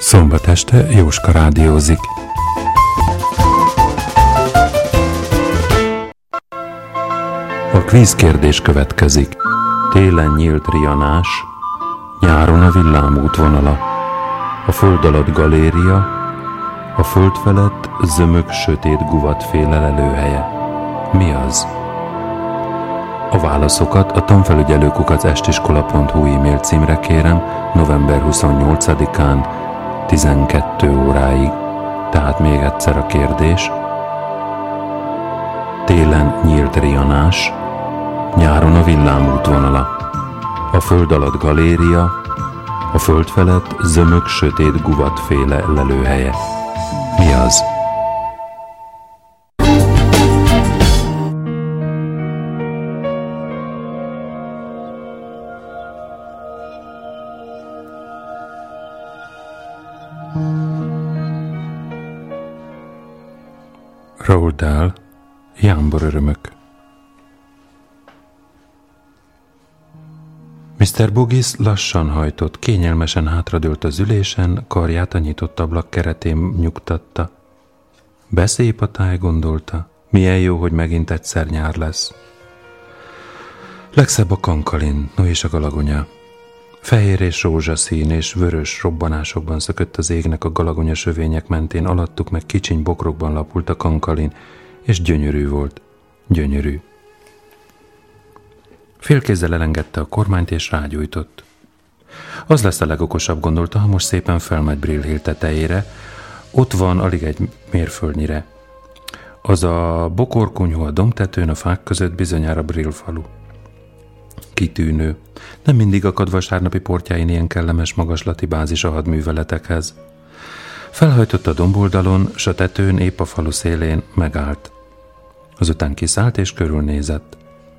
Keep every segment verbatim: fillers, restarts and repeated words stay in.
Szombat este Jóska rádiózik. A kvíz kérdés következik. Télen nyílt rianás, nyáron a villámútvonala, a föld alatt galéria, a föld felett zömök sötét guvatféle lelőhelye. Mi az? A válaszokat a tanfelügyelő kukac estiskola pont hu e-mail címre kérem november huszonnyolcadikán tizenkettő óráig. Tehát még egyszer a kérdés. Télen nyílt rianás, nyáron a villámútvonala, a föld alatt galéria, a föld felett zömök sötét guvatféle lelőhelye. Mi az? Roald Dahl, Jámbor örömök. miszter Buggis lassan hajtott, kényelmesen hátradőlt az ülésen, karját a nyitott ablak keretén nyugtatta. Beszép a táj, gondolta. Milyen jó, hogy megint egyszer nyár lesz. Legszebb a kankalin, no és a galagonya. Fehér és rózsaszín és vörös robbanásokban szökött az égnek a galagonya sövények mentén, alattuk meg kicsiny bokrokban lapult a kankalin, és gyönyörű volt. Gyönyörű. Félkézzel elengedte a kormányt és rágyújtott. Az lesz a legokosabb, gondolta, ha most szépen felmegy Brill Hill tetejére. Ott van alig egy mérföldnyire. Az a bokorkunyhó a dombtetőn, a fák között, bizonyára Brill falu. Kitűnő. Nem mindig akad vasárnapi portjáin ilyen kellemes magaslati bázis a hadműveletekhez. Felhajtott a domboldalon, s a tetőn épp a falu szélén megállt. Azután kiszállt és körülnézett.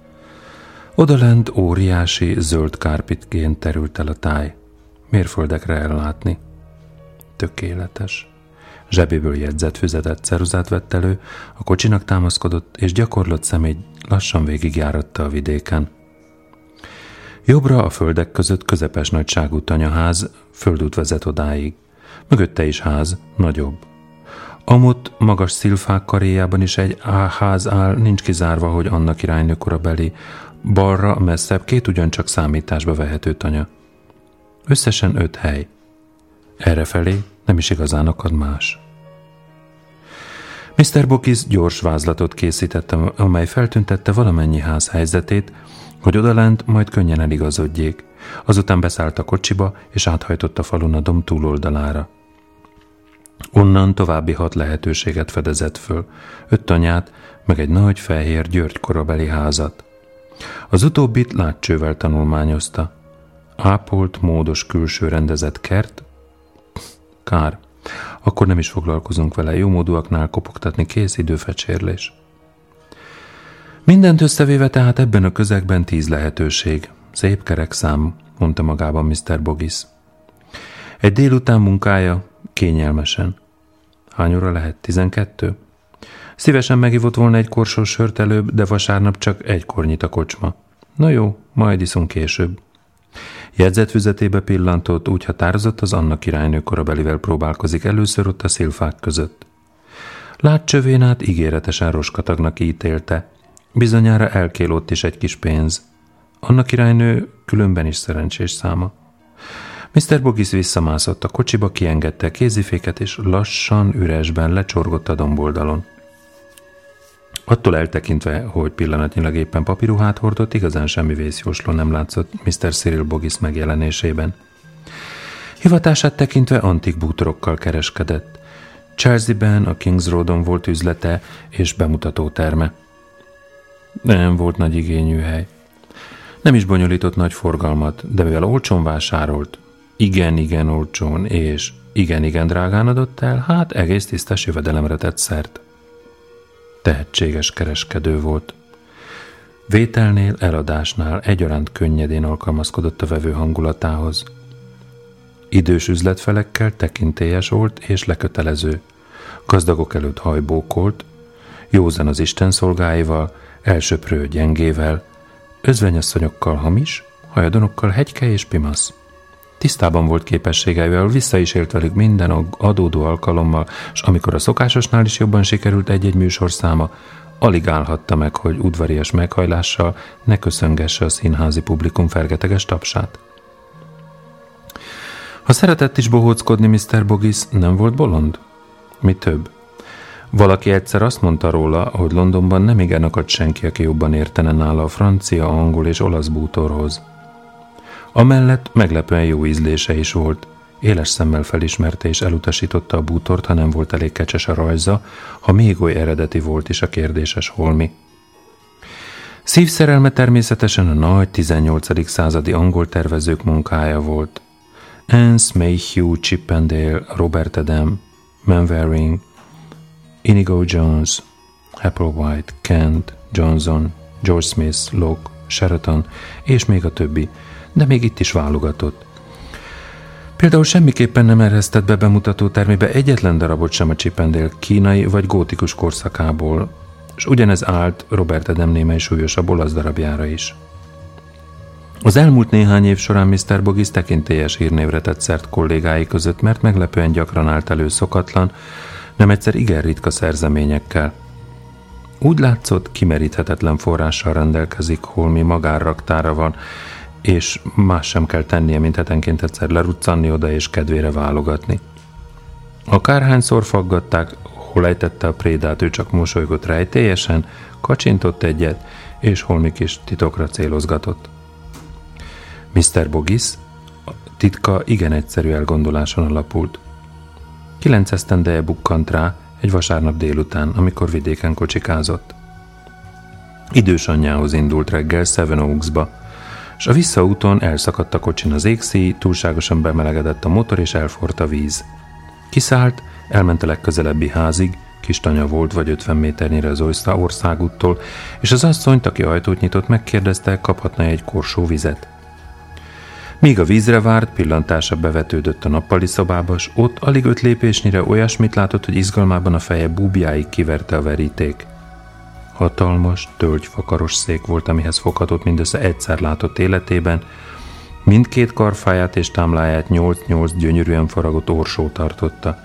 Odalent óriási zöld kárpitként terült el a táj. Mérföldekre ellátni. Tökéletes. Zsebéből jegyzett füzetett ceruzát vett elő, a kocsinak támaszkodott, és gyakorlott személy lassan végigjáratta a vidéken. Jobbra a földek között közepes nagyságú tanyaház, földút vezet odáig. Mögötte is ház, nagyobb. Amott magas szilfák karéjában is egy ház áll, nincs kizárva, hogy annak királynő korabeli. Balra, messzebb két ugyancsak számításba vehető tanya. Összesen öt hely. Errefelé nem is igazán akad más. miszter Buggis gyors vázlatot készített, amely feltüntette valamennyi ház helyzetét, hogy odalent majd könnyen eligazodjék. Azután beszállt a kocsiba, és áthajtott a falun a domb túloldalára. Onnan további hat lehetőséget fedezett föl, öt tanyát, meg egy nagy fehér György korabeli házat. Az utóbbit látcsővel tanulmányozta. Ápolt, módos külső rendezett kert. Kár. Akkor nem is foglalkozunk vele, jómódúaknál kopogtatni, kész, időfecsérlés. Mindent összevéve tehát ebben a közegben tíz lehetőség. Szép kerek szám, mondta magában miszter Buggis. Egy délután munkája kényelmesen. Hány óra lehet? Tizenkettő? Szívesen megivott volna egy korsós sört előbb, de vasárnap csak egykor nyit a kocsma. Na jó, majd iszunk később. Jegyzetfüzetébe pillantott, úgy határozott, az Anna királynő korabelivel próbálkozik először ott a szilfák között. Látcsövén át ígéretesen roskatagnak ítélte. Bizonyára elkél ott is egy kis pénz. Anna királynő különben is szerencsés száma. miszter Buggis visszamászott a kocsiba, kiengedte a kéziféket, és lassan, üresben lecsorgott a domboldalon. Attól eltekintve, hogy pillanatnyilag éppen papíruhát hordott, igazán semmi vészjósló nem látszott miszter Cyril Buggis megjelenésében. Hivatását tekintve antik bútorokkal kereskedett. Chelsea-ben, a Kings Roadon volt üzlete és bemutató terme. Nem volt nagy igényű hely. Nem is bonyolított nagy forgalmat, de mivel olcsón vásárolt, igen-igen olcsón és igen-igen drágán adott el, hát egész tisztes jövedelemre tett szert. Tehetséges kereskedő volt. Vételnél, eladásnál egyaránt könnyedén alkalmazkodott a vevő hangulatához. Idős üzletfelekkel tekintélyes volt és lekötelező. Gazdagok előtt hajbókolt, józan az Isten szolgáival, elsöprő gyengével, özvegyasszonyokkal hamis, hajadonokkal hegyke és pimasz. Tisztában volt képességeivel, vissza is élt velük minden adódó alkalommal, és amikor a szokásosnál is jobban sikerült egy-egy műsorszáma, alig állhatta meg, hogy udvarias meghajlással ne köszöngesse a színházi publikum fergeteges tapsát. Ha szeretett is bohóckodni miszter Boggis, nem volt bolond? Mi több? Valaki egyszer azt mondta róla, hogy Londonban nem igen akadt senki, aki jobban értene nála a francia, angol és olasz bútorhoz. Amellett meglepően jó ízlése is volt. Éles szemmel felismerte és elutasította a bútort, ha nem volt elég kecses a rajza, ha még oly eredeti volt is a kérdéses holmi. Szívszerelme természetesen a nagy tizennyolcadik századi angol tervezők munkája volt. Anne Mayhew, Chippendale, Robert Adam, Mainwaring, Inigo Jones, Applewhite, Kent, Johnson, George Smith, Locke, Sheraton és még a többi, de még itt is válogatott. Például semmiképpen nem eresztett be bemutató termébe egyetlen darabot sem a Chippendale kínai vagy gótikus korszakából, és ugyanez állt Robert Adam némely súlyosabb olasz darabjára is. Az elmúlt néhány év során miszter Boggis tekintélyes hírnévre tett szert kollégái között, mert meglepően gyakran állt elő szokatlan, nem egyszer igen ritka szerzeményekkel. Úgy látszott, kimeríthetetlen forrással rendelkezik, holmi magánraktára van, és más sem kell tennie, mint hetenként egyszer leruccanni oda és kedvére válogatni. Akárhányszor faggatták, hol ejtette a prédát, ő csak mosolygott rejtélyesen, kacsintott egyet, és holmi kis titokra célozgatott. miszter Boggis titka igen egyszerű elgondoláson alapult. Kilenc esztendeje bukkant rá egy vasárnap délután, amikor vidéken kocsikázott. Idős anyjához indult reggel Seven Oaksba, és a visszaúton elszakadt a kocsin az égszíj, túlságosan bemelegedett a motor és elforrt a víz. Kiszállt, elment a legközelebbi házig, kis tanya volt vagy ötven méternyire az országúttól, és az asszonyt, aki ajtót nyitott, megkérdezte, kaphatna egy korsó vizet. Míg a vízre várt, pillantása bevetődött a nappali szobába, s ott alig öt lépésnyire olyasmit látott, hogy izgalmában a feje búbjáig kiverte a veríték. Hatalmas, tölgyfakaros szék volt, amihez foghatott mindössze egyszer látott életében, mindkét karfáját és támláját nyolc-nyolc gyönyörűen faragott orsó tartotta.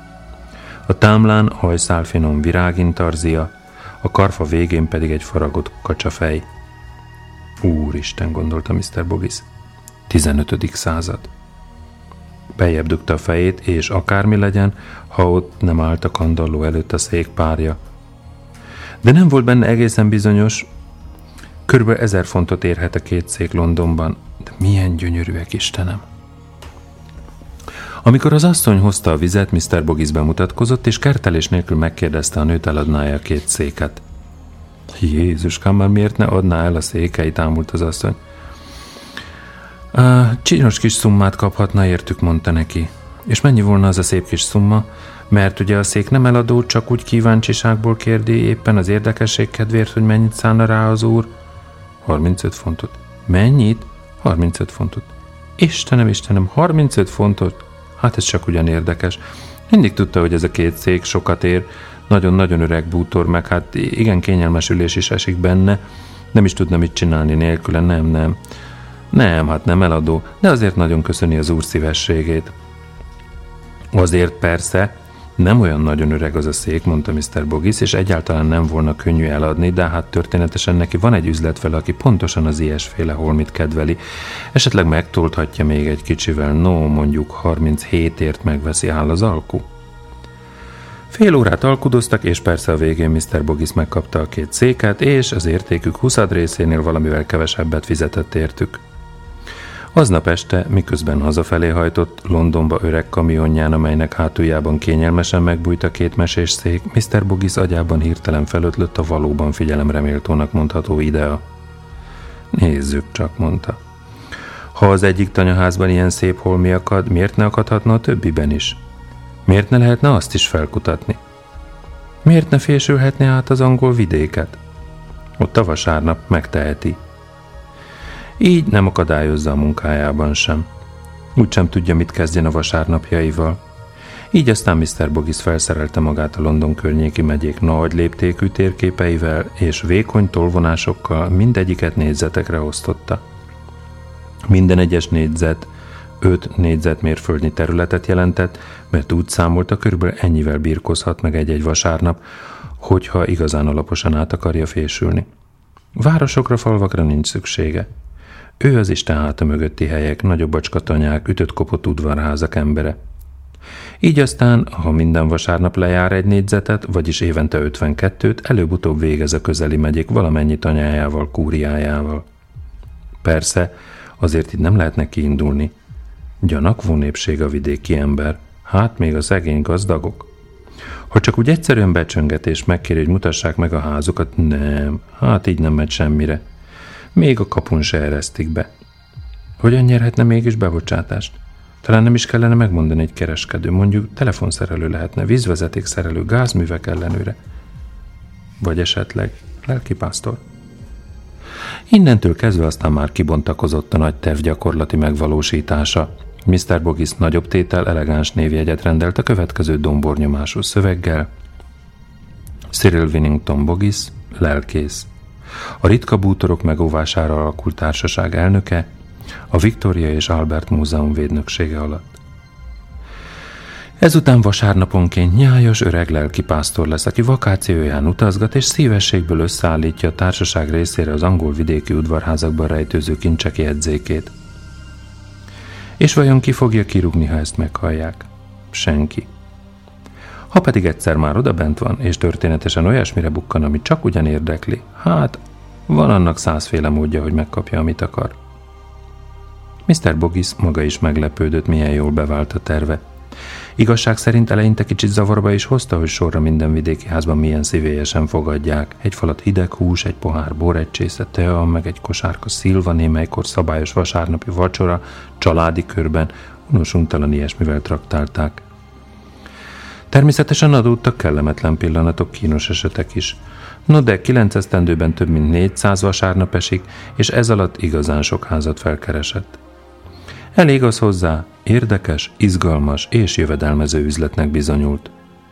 A támlán hajszálfinom virágintarzia, a karfa végén pedig egy faragott kacsafej. Úristen, gondolta miszter Boggis. tizenötödik század. Beljebb dugta a fejét, és akármi legyen, ha ott nem állt a kandalló előtt a szék párja. De nem volt benne egészen bizonyos, körülbelül ezer fontot érhet a két szék Londonban, de milyen gyönyörűek, Istenem! Amikor az asszony hozta a vizet, miszter Boggis bemutatkozott, és kertelés nélkül megkérdezte, a nőt eladná-e a két széket. Jézuskám, már miért ne adná el a székeit, ámult az asszony. Uh, csinos kis szummát kaphatna, értük, mondta neki. És mennyi volna az a szép kis szumma? Mert ugye a szék nem eladó, csak úgy kíváncsiságból kérdi éppen az érdekesség kedvéért, hogy mennyit szánna rá az úr. harmincöt fontot. Mennyit? harmincöt fontot. Istenem, Istenem, harmincöt fontot? Hát ez csak ugyan érdekes. Mindig tudta, hogy ez a két szék sokat ér, nagyon-nagyon öreg bútor, meg hát igen kényelmes ülés is esik benne, nem is tudna mit csinálni nélküle, nem, nem. Nem, hát nem eladó, de azért nagyon köszöni az úr szívességét. Azért persze, nem olyan nagyon öreg az a szék, mondta miszter Boggis, és egyáltalán nem volna könnyű eladni, de hát történetesen neki van egy üzletfele, aki pontosan az ilyesféle holmit kedveli. Esetleg megtolthatja még egy kicsivel, no, mondjuk harminchétért megveszi, áll az alku. Fél órát alkudoztak, és persze a végén miszter Boggis megkapta a két széket, és az értékük huszad részénél valamivel kevesebbet fizetett értük. Aznap este, miközben hazafelé hajtott Londonba öreg kamionján, amelynek hátuljában kényelmesen megbújt a két mesés szék, miszter Boggis agyában hirtelen felötlött a valóban figyelemreméltónak mondható idea. Nézzük csak, mondta. Ha az egyik tanyaházban ilyen szép holmi akad, miért ne akadhatna a többiben is? Miért ne lehetne azt is felkutatni? Miért ne fésülhetné át az angol vidéket? Ott a vasárnap megteheti. Így nem akadályozza a munkájában sem. Úgysem tudja, mit kezdjen a vasárnapjaival. Így aztán miszter Boggis felszerelte magát a London környéki megyék nagy léptékű térképeivel, és vékony tolvonásokkal mindegyiket négyzetekre osztotta. Minden egyes négyzet öt négyzetmérföldnyi területet jelentett, mert úgy számolta, körülbelül ennyivel birkózhat meg egy-egy vasárnap, hogyha igazán alaposan át akarja fésülni. Városokra, falvakra nincs szüksége. Ő az Isten háta mögötti helyek, nagyobb bacskatanyák, ütött-kopott udvarházak embere. Így aztán, ha minden vasárnap lejár egy négyzetet, vagyis évente ötvenkettőt, előbb-utóbb végez a közeli megyék valamennyi tanyájával, kúriájával. Persze, azért itt nem lehetne kiindulni. Gyanakvó népség a vidéki ember, hát még a szegény gazdagok. Ha csak úgy egyszerűen becsönget és megkéri, hogy mutassák meg a házukat, nem, hát így nem megy semmire. Még a kapun se eresztik be. Hogyan nyerhetne mégis bebocsátást? Talán nem is kellene megmondani egy kereskedő, mondjuk telefonszerelő lehetne, vízvezetékszerelő, gázművek ellenőre. Vagy esetleg lelkipásztor. Innentől kezdve aztán már kibontakozott a nagy terv gyakorlati megvalósítása. miszter Boggis nagyobb tétel elegáns névjegyet rendelt a következő dombornyomású szöveggel. Cyril Winnington Boggis, lelkész. A ritka bútorok megóvására alakult társaság elnöke, a Victoria és Albert Múzeum védnöksége alatt. Ezután vasárnaponként nyájas öreg lelkipásztor lesz, aki vakációján utazgat és szívességből összeállítja a társaság részére az angol vidéki udvarházakban rejtőző kincsek jegyzékét. És vajon ki fogja kirúgni, ha ezt meghallják? Senki. Ha pedig egyszer már odabent van, és történetesen olyasmire bukkan, ami csak ugyan érdekli, hát van annak százféle módja, hogy megkapja, amit akar. miszter Boggis maga is meglepődött, milyen jól bevált a terve. Igazság szerint eleinte kicsit zavarba is hozta, hogy sorra minden vidéki házban milyen szívélyesen fogadják. Egy falat hideg hús, egy pohár bor, egy csésze tea, meg egy kosárka szilva, némelykor szabályos vasárnapi vacsora, családi körben, unosuntalan ilyesmivel traktálták. Természetesen adódtak kellemetlen pillanatok, kínos esetek is. No de kilenc esztendőben több mint négyszáz vasárnap esik, és ez alatt igazán sok házat felkeresett. Elég az hozzá, érdekes, izgalmas és jövedelmező üzletnek bizonyult.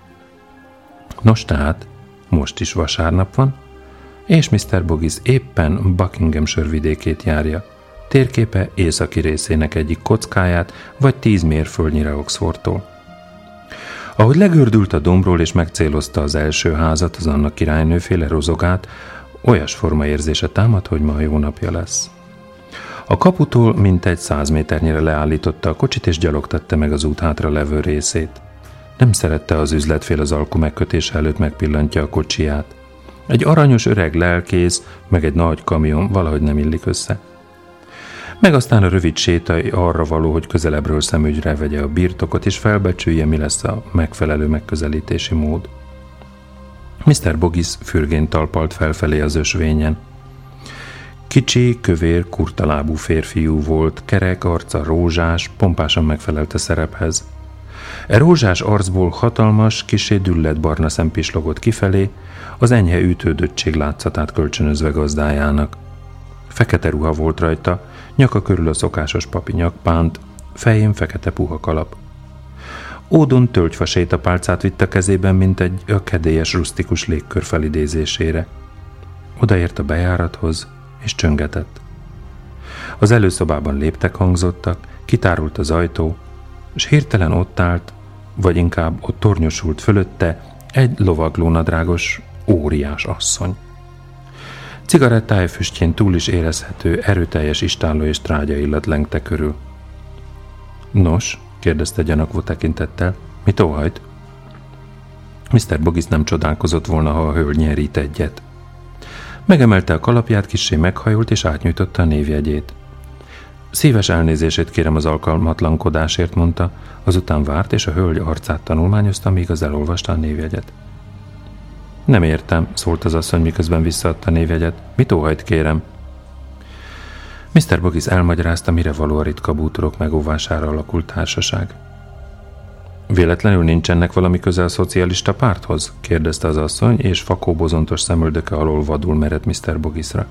Nos tehát, most is vasárnap van, és miszter Boggis éppen Buckinghamshire vidékét járja, térképe északi részének egyik kockáját, vagy tíz mérföldnyire Oxfordtól. Ahogy legördült a dombról és megcélozta az első házat, az Anna királynőféle rozogát, olyas formaérzése támad, hogy ma jó napja lesz. A kaputól mintegy száz méternyire leállította a kocsit, és gyalog tette meg az út hátra levő részét. Nem szerette az üzletfél az alku megkötése előtt megpillantja a kocsiját. Egy aranyos öreg lelkész, meg egy nagy kamion valahogy nem illik össze. Meg aztán a rövid séta arra való, hogy közelebbről szemügyre vegye a birtokot, és felbecsülje, mi lesz a megfelelő megközelítési mód. miszter Boggis fürgén talpalt felfelé az ösvényen. Kicsi, kövér, kurtalábú férfiú volt, kerek arca, rózsás, pompásan megfelelt a szerephez. E rózsás arcból hatalmas, kissé düllett barna szem pislogott kifelé, az enyhe ütődöttség látszatát kölcsönözve gazdájának. Fekete ruha volt rajta, nyaka körül a szokásos papi nyakpánt, fején fekete puha kalap. Ódon tölgyfa sétapálcát vitt a kezében, mint egy a kedélyes rusztikus légkör felidézésére. Odaért a bejárathoz, és csöngetett. Az előszobában léptek hangzottak, kitárult az ajtó, és hirtelen ott állt, vagy inkább ott tornyosult fölötte egy lovaglónadrágos, óriás asszony. Cigarettája füstjén túl is érezhető, erőteljes istálló és trágya illat lengte körül. Nos, kérdezte gyanakvó tekintettel, mit óhajt? miszter Boggis nem csodálkozott volna, ha a hölgy nyerít egyet. Megemelte a kalapját, kissé meghajolt, és átnyújtotta a névjegyét. Szíves elnézését kérem az alkalmatlankodásért, mondta, azután várt, és a hölgy arcát tanulmányozta, míg az elolvasta a névjegyet. Nem értem, szólt az asszony, miközben visszaadta a névjegyet. Mit óhajt, kérem? miszter Boggis elmagyarázta, mire való a ritka bútorok megóvására alakult társaság. Véletlenül nincsenek valami köze a szocialista párthoz? kérdezte az asszony, és fakóbozontos szemöldöke alól vadul merett miszter Boggisra.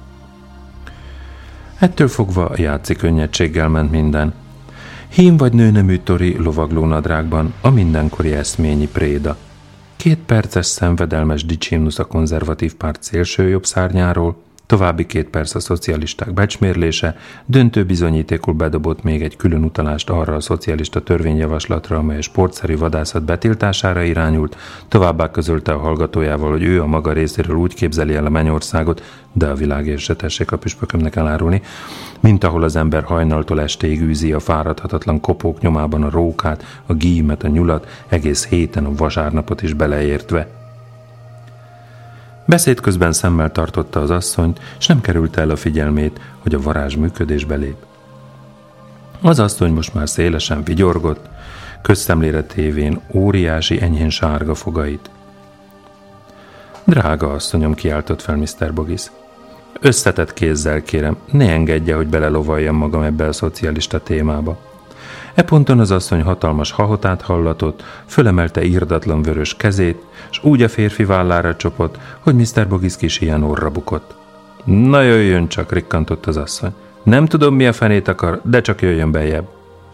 Ettől fogva játszik könnyedséggel ment minden. Hím vagy nőnemű tori lovaglónadrágban a mindenkori eszményi préda. Két perces szenvedelmes dicsimnusz a konzervatív párt szélső jobb szárnyáról, További két perc a szocialisták becsmérlése, döntő bizonyítékul bedobott még egy külön utalást arra a szocialista törvényjavaslatra, amely a sportszerű vadászat betiltására irányult, továbbá közölte a hallgatójával, hogy ő a maga részéről úgy képzeli el a mennyországot, de a világért se tessék a püspökömnek elárulni, mint ahol az ember hajnaltól estéig űzi a fáradhatatlan kopók nyomában a rókát, a gímet, a nyulat, egész héten a vasárnapot is beleértve. Beszéd közben szemmel tartotta az asszonyt, és nem került el a figyelmét, hogy a varázs működésbe lép. Az asszony most már szélesen vigyorgott, közszemlére tévén óriási, enyhén sárga fogait. Drága asszonyom, kiáltott fel miszter Boggis. Összetett kézzel kérem, ne engedje, hogy belelovaljam magam ebbe a szocialista témába. E ponton az asszony hatalmas hahotát hallatott, fölemelte irdatlan vörös kezét, s úgy a férfi vállára csapott, hogy miszter Boggis kis ilyen orra bukott. Na jöjjön csak, rikkantott az asszony. Nem tudom, mi a fenét akar, de csak jöjjön beljebb.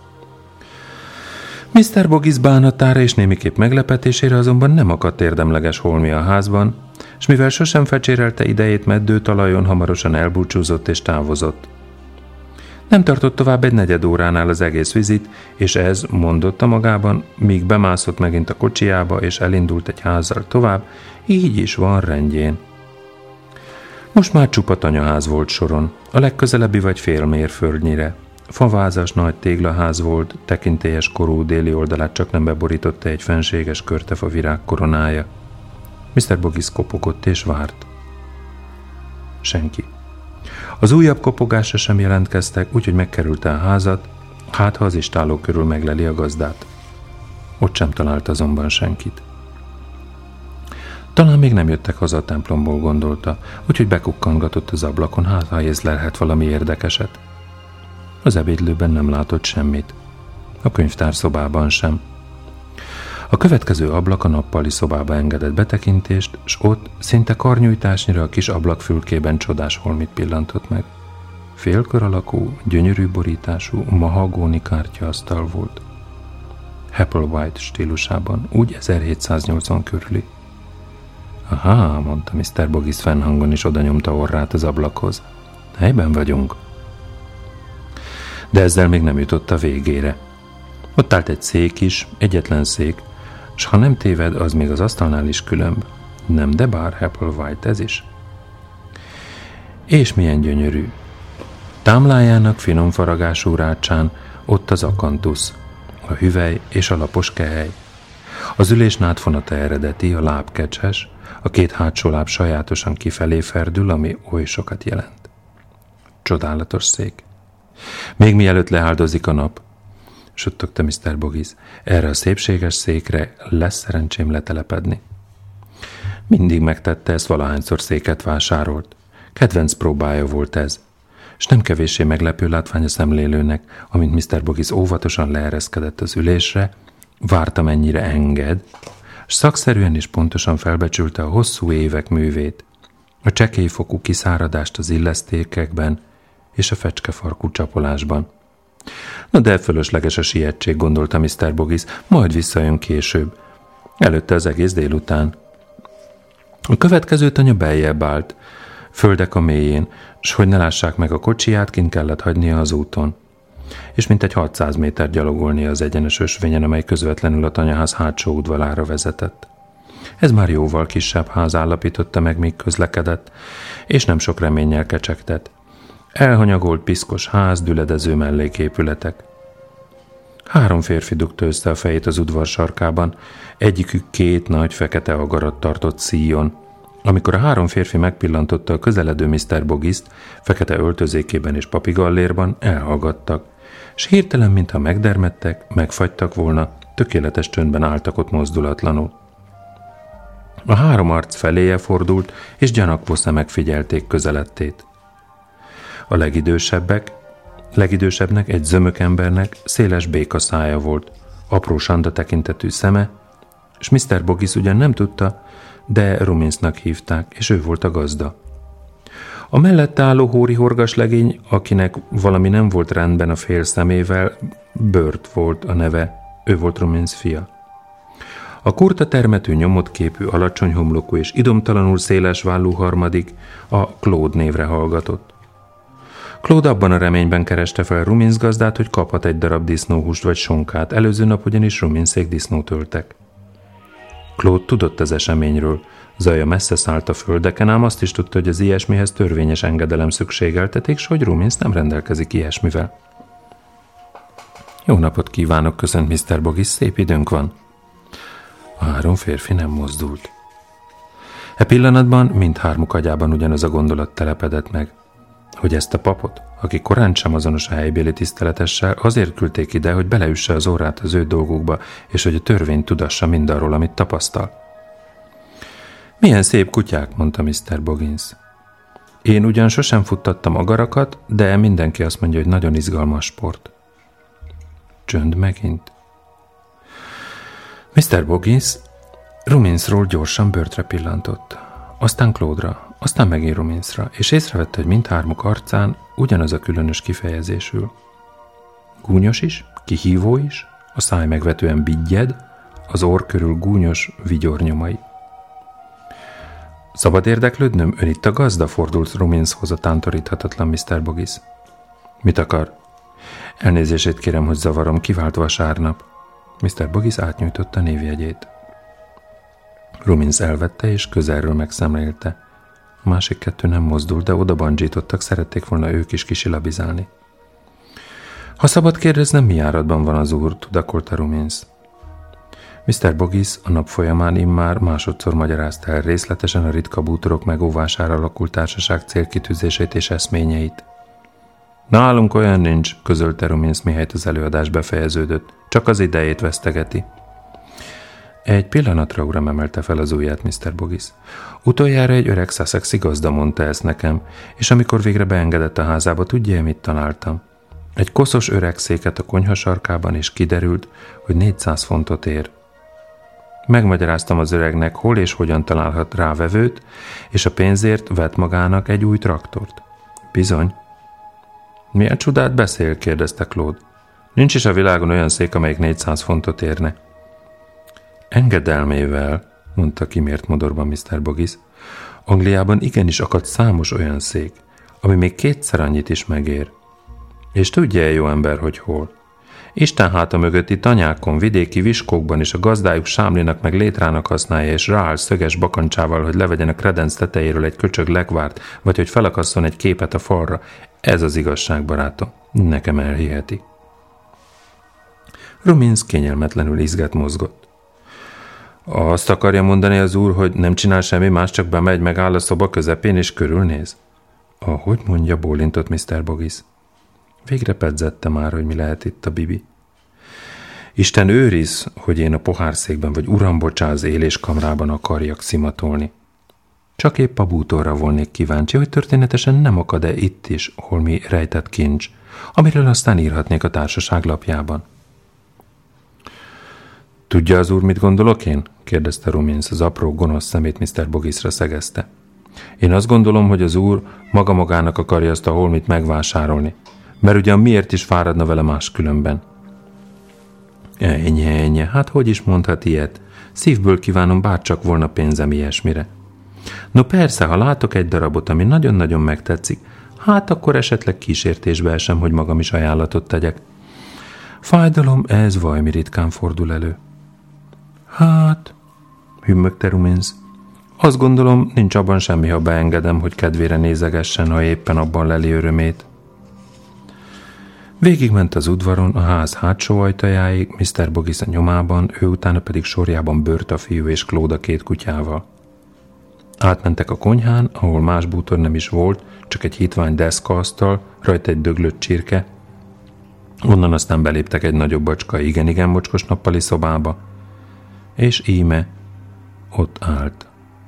miszter Boggis bánatára és némiképp meglepetésére azonban nem akadt érdemleges holmi a házban, s mivel sosem fecsérelte idejét meddő talajon, hamarosan elbúcsúzott és távozott. Nem tartott tovább egy negyed óránál az egész vizit, és ez, mondotta magában, míg bemászott megint a kocsijába, és elindult egy házzal tovább, így is van rendjén. Most már csupa tanyaház volt soron, a legközelebbi vagy fél mérföldnyire. Favázas nagy téglaház volt, tekintélyes korú, déli oldalát csak nem beborította egy fenséges körtefa virág koronája. miszter Boggis kopogott és várt. Senki. Az újabb kopogásra sem jelentkeztek, úgyhogy megkerülte a házat, hát ha az istálló körül megleli a gazdát. Ott sem talált azonban senkit. Talán még nem jöttek haza a templomból, gondolta, úgyhogy bekukkangatott az ablakon, hát ha észlelhet valami érdekeset. Az ebédlőben nem látott semmit. A könyvtárszobában sem. A következő ablak a nappali szobába engedett betekintést, s ott szinte karnyújtásnyira a kis ablakfülkében csodás holmit pillantott meg. Félkör alakú, gyönyörű borítású, mahagóni kártyaasztal volt. Applewhite stílusában, úgy ezerhétszáznyolcvan körüli. Aha, mondta miszter Boggis fennhangon, és oda nyomta orrát az ablakhoz. Helyben vagyunk. De ezzel még nem jutott a végére. Ott állt egy szék is, egyetlen szék, s ha nem téved, az még az asztalnál is különb. Nem, de bár Applewhite ez is. És milyen gyönyörű. Támlájának finom faragású rácsán ott az akantusz, a hüvely és a lapos kehely. Az ülés nádfonata eredeti, a láb kecses, a két hátsó láb sajátosan kifelé ferdül, ami oly sokat jelent. Csodálatos szék. Még mielőtt leáldozik a nap, suttogta miszter Boggis, erre a szépséges székre lesz szerencsém letelepedni. Mindig megtette ezt, valahányszor széket vásárolt. Kedvenc próbája volt ez, és nem kevéssé meglepő látvány a szemlélőnek, amint miszter Boggis óvatosan leereszkedett az ülésre, várta mennyire enged, s szakszerűen és pontosan felbecsülte a hosszú évek művét, a csekélyfokú kiszáradást az illesztékekben és a fecskefarkú csapolásban. Na de fölösleges a sietség, gondolta miszter Boggis, majd visszajön később. Előtte az egész délután. A következő tanya beljebb állt, földek a mélyén, s hogy ne lássák meg a kocsiját, kint kellett hagynia az úton. És mintegy hatszáz méter gyalogolnia az egyenes ösvényen, amely közvetlenül a tanyaház hátsó udvarára vezetett. Ez már jóval kisebb ház, állapította meg, míg közlekedett, és nem sok reménnyel kecsegtet. Elhanyagolt, piszkos ház, düledező melléképületek. Három férfi dugta össze a fejét az udvar sarkában, egyikük két nagy fekete agarat tartott szíjon. Amikor a három férfi megpillantotta a közeledő miszter Boggist, fekete öltözékében és papigallérban, elhallgattak, s hirtelen, mintha megdermedtek, megfagytak volna, tökéletes csöndben álltak ott mozdulatlanul. A három arc feléje fordult, és gyanakvó szemek figyelték közelettét. A legidősebbek, legidősebbnek egy zömök embernek széles béka szája volt, apró sanda tekintetű szeme, és miszter Boggis ugyan nem tudta, de Ruminsnak hívták, és ő volt a gazda. A mellette álló hóri horgas legény, akinek valami nem volt rendben a fél szemével, Bird volt a neve, ő volt Rumins fia. A A kurta termetű nyomott képű, alacsony homlokú és idomtalanul széles vállú harmadik a Claude névre hallgatott. Claude abban a reményben kereste fel Ruminsz gazdát, hogy kaphat egy darab disznóhúst vagy sonkát, előző nap ugyanis Ruminszék disznót öltek. Claude tudott az eseményről, zaja messze szállt a földeken, ám azt is tudta, hogy az ilyesmihez törvényes engedelem szükségeltetik, s hogy Ruminsz nem rendelkezik ilyesmivel. Jó napot kívánok, köszönt miszter Boggis, szép időnk van. A három férfi nem mozdult. E pillanatban mindhármuk agyában ugyanaz a gondolat telepedett meg, hogy ezt a papot, aki korán sem azonos a helybéli tiszteletessel, azért küldték ide, hogy beleüsse az órát az ő dolgukba, és hogy a törvény tudassa mindarról, amit tapasztal. Milyen szép kutyák, mondta miszter Boggins. Én ugyan sosem futtattam agarakat, de mindenki azt mondja, hogy nagyon izgalmas sport. Csönd megint. miszter Boggins Ruminszról gyorsan Bertre pillantott, aztán Claude-ra, aztán megint Ruminszra, és észrevette, hogy mindhármuk arcán ugyanaz a különös kifejezésül. Gúnyos is, kihívó is, a száj megvetően bigyed, az orr körül gúnyos vigyornyomai. Szabad érdeklődnöm, ön itt a gazda? Fordult Ruminszhoz a tántoríthatatlan miszter Boggis. Mit akar? Elnézését kérem, hogy zavarom, kivált vasárnap. miszter Boggis átnyújtotta névjegyét. Ruminsz elvette és közelről megszemlélte. A másik kettő nem mozdult, de oda bandzsítottak, szerették volna ők is kisilabizálni. Ha szabad kérdeznem, mi járatban van az úr? Tudakolta Ruminsz. miszter Boggis a nap folyamán immár másodszor magyarázta el részletesen a ritka bútorok megóvására alakult társaság célkitűzéseit és eszményeit. Nálunk olyan nincs, közölte Ruminsz, mihelyt az előadás befejeződött. Csak az idejét vesztegeti. Egy pillanatra, uram, emelte fel az ujját miszter Boggis. Utoljára egy öreg Sussexi gazda mondta ezt nekem, és amikor végre beengedett a házába, tudja, mit találtam. Egy koszos öreg széket a konyha sarkában, és kiderült, hogy négyszáz fontot ér. Megmagyaráztam az öregnek, hol és hogyan találhat rá vevőt, és a pénzért vett magának egy új traktort. Bizony. Milyen csodát beszél? Kérdezte Claude. Nincs is a világon olyan szék, amelyik négyszáz fontot érne. Engedelmével, mondta kimért modorban miszter Boggis, Angliában igenis akadt számos olyan szék, ami még kétszer annyit is megér. És tudja jó ember, hogy hol. Isten háta mögötti tanyákon, vidéki viskókban is a gazdájuk sámlinak meg létrának használja, és rááll szöges bakancsával, hogy levegyen a kredenc tetejéről egy köcsög lekvárt, vagy hogy felakasszon egy képet a falra. Ez az igazság, barátom. Nekem elhiheti. Ruminsz kényelmetlenül izgat mozgott. Azt akarja mondani az úr, hogy nem csinál semmi más, csak bemegy, megáll a szoba közepén és körülnéz? Ahogy mondja, bólintott miszter Boggis. Végre pedzette már, hogy mi lehet itt a bibi. Isten őriz, hogy én a pohárszékben vagy uram bocsáz éléskamrában akarjak szimatolni. Csak épp a bútorra volnék kíváncsi, hogy történetesen nem akad-e itt is holmi rejtett kincs, amiről aztán írhatnék a társaság lapjában. Tudja az úr, mit gondolok én? Kérdezte Ruminsz, az apró gonosz szemét miszter Boggisra szegezte. Én azt gondolom, hogy az úr maga magának akarja azt a holmit megvásárolni, mert ugyan miért is fáradna vele máskülönben? Ennyi, ennyi, hát hogy is mondhat ilyet? Szívből kívánom, bárcsak volna pénzem ilyesmire. No persze, ha látok egy darabot, ami nagyon-nagyon megtetszik, hát akkor esetleg kísértésbe esem, hogy magam is ajánlatot tegyek. Fájdalom, ez vajmi ritkán fordul elő. Hát, hümmögte Ruminsz. Azt gondolom, nincs abban semmi, ha beengedem, hogy kedvére nézegessen, ha éppen abban leli örömét. Végigment az udvaron, a ház hátsó ajtajáig, miszter Boggis a nyomában, ő utána pedig sorjában Bert a fiú és Claude a két kutyával. Átmentek a konyhán, ahol más bútor nem is volt, csak egy hitvány deszkaasztal, rajta egy döglött csirke. Onnan aztán beléptek egy nagyobb bacska igen-igen mocskos nappali szobába, és íme ott állt.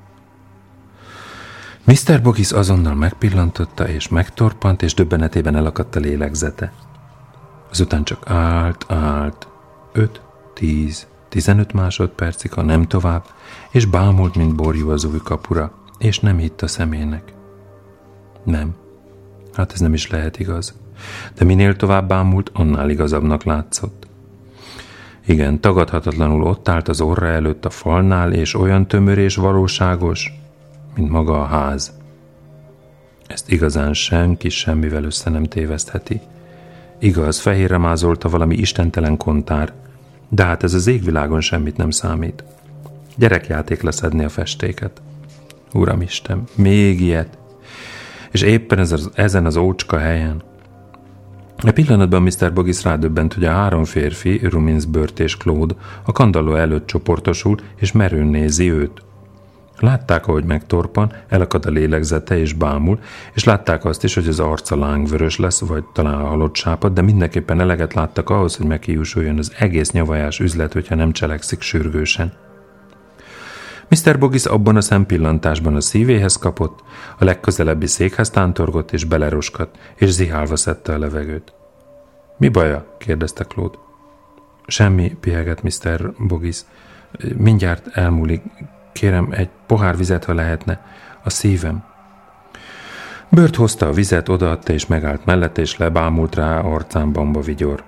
miszter Boggis azonnal megpillantotta, és megtorpant, és döbbenetében elakadt a lélegzete. Azután csak állt, állt, öt, tíz, tizenöt másodpercig, ha nem tovább, és bámult, mint borjú az új kapura, és nem hitt a szemének. Nem, hát ez nem is lehet igaz, de minél tovább bámult, annál igazabbnak látszott. Igen, tagadhatatlanul ott állt az orra előtt a falnál, és olyan tömör és valóságos, mint maga a ház. Ezt igazán senki semmivel össze nem tévesztheti. Igaz, fehérre mázolta valami istentelen kontár, de hát ez az égvilágon semmit nem számít. Gyerekjáték leszedni a festéket. Uramisten, még ilyet! És éppen ez az, ezen az ócska helyen. A pillanatban miszter Boggis rádöbbent, hogy a három férfi, Rumins, Bört és Claude a kandalló előtt csoportosul, és merőn nézi őt. Látták, ahogy megtorpan, elakad a lélegzete és bámul, és látták azt is, hogy az arca lángvörös lesz, vagy talán a halott sápad, de mindenképpen eleget láttak ahhoz, hogy meghiúsuljon az egész nyavajás üzlet, hogyha nem cselekszik sürgősen. miszter Boggis abban a szempillantásban a szívéhez kapott, a legközelebbi székhez tántorgott és beleroskadt, és zihálva szedte a levegőt. Mi baja? kérdezte Claude. Semmi, pihegett miszter Boggis. Mindjárt elmúlik. Kérem, egy pohár vizet, ha lehetne. A szívem. Bört hozta a vizet, odaadta és megállt mellette, és lebámult rá arcán bamba vigyor.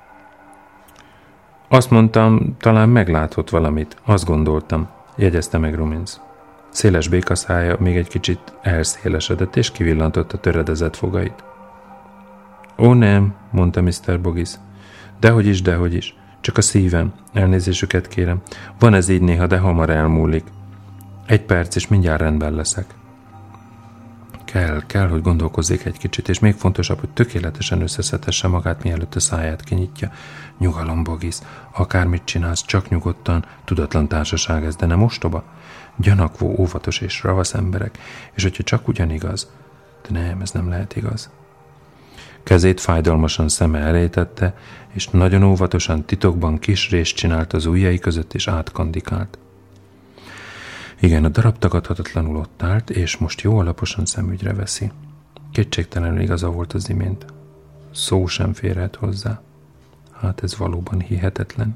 Azt mondtam, talán meglátott valamit. Azt gondoltam, jegyezte meg Rumins. Széles békaszája még egy kicsit elszélesedett, és kivillantotta töredezett fogait. Ó, nem, mondta miszter Boggis. Dehogy is, dehogy is. Csak a szívem. Elnézésüket kérem. Van ez így néha, de hamar elmúlik. Egy perc, és mindjárt rendben leszek. Kell, kell, hogy gondolkozzék egy kicsit, és még fontosabb, hogy tökéletesen összeszedhesse magát, mielőtt a száját kinyitja. Nyugalom, Boggis. Akármit csinálsz, csak nyugodtan, tudatlan társaság ez, de nem ostoba. Gyanakvó, óvatos és ravasz emberek, és hogyha csak ugyanigaz. De nem, ez nem lehet igaz. Kezét fájdalmasan szeme elé tette, és nagyon óvatosan titokban kis részt csinált az ujjai között, és átkandikált. Igen, a darab tagadhatatlanul ott állt, és most jó alaposan szemügyre veszi. Kétségtelenül igaza volt az imént. Szó sem férhet hozzá. Hát ez valóban hihetetlen.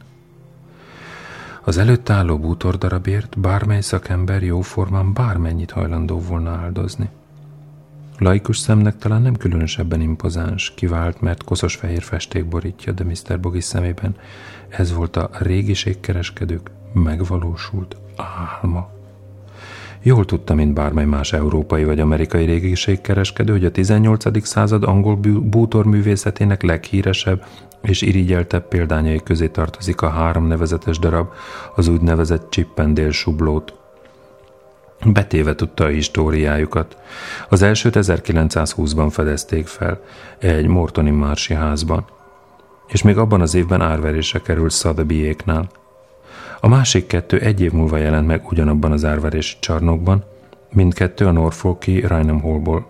Az előtt álló bútordarabért bármely szakember jóformán bármennyit hajlandó volna áldozni. Laikus szemnek talán nem különösebben impozáns, kivált, mert koszos fehér festék borítja, de miszter Boggis szemében ez volt a régiségkereskedők megvalósult álma. Jól tudta, mint bármely más európai vagy amerikai régiségkereskedő, hogy a tizennyolcadik század angol bútorművészetének leghíresebb és irigyeltebb példányai közé tartozik a három nevezetes darab, az úgynevezett Chippendale sublót. Betéve tudta a históriájukat. Az elsőt ezerkilencszázhúszban fedezték fel, egy mortoni mársi házban, és még abban az évben árverésre került Sothebyéknál. A másik kettő egy év múlva jelent meg ugyanabban az árverési csarnokban, mindkettő a Norfolki Raynham Hallból.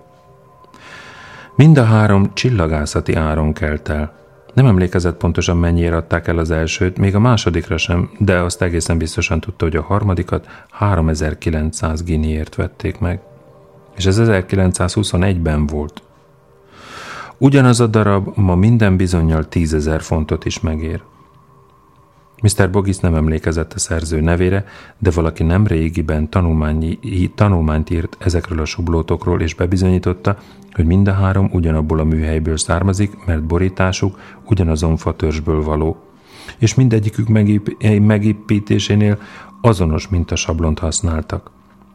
Mind a három csillagászati áron kelt el. Nem emlékezett pontosan, mennyire adták el az elsőt, még a másodikra sem, de azt egészen biztosan tudta, hogy a harmadikat háromezer-kilencszáz guineaért vették meg. És ez ezerkilencszázhuszonegyben volt. Ugyanaz a darab ma minden bizonnyal tízezer fontot is megér. miszter Boggis nem emlékezett a szerző nevére, de valaki nem régiben tanulmányt írt ezekről a sublótokról, és bebizonyította, hogy mind a három ugyanabból a műhelyből származik, mert borításuk ugyanazon fatörzsből való, és mindegyikük megép- megépítésénél azonos mintasablont használtak.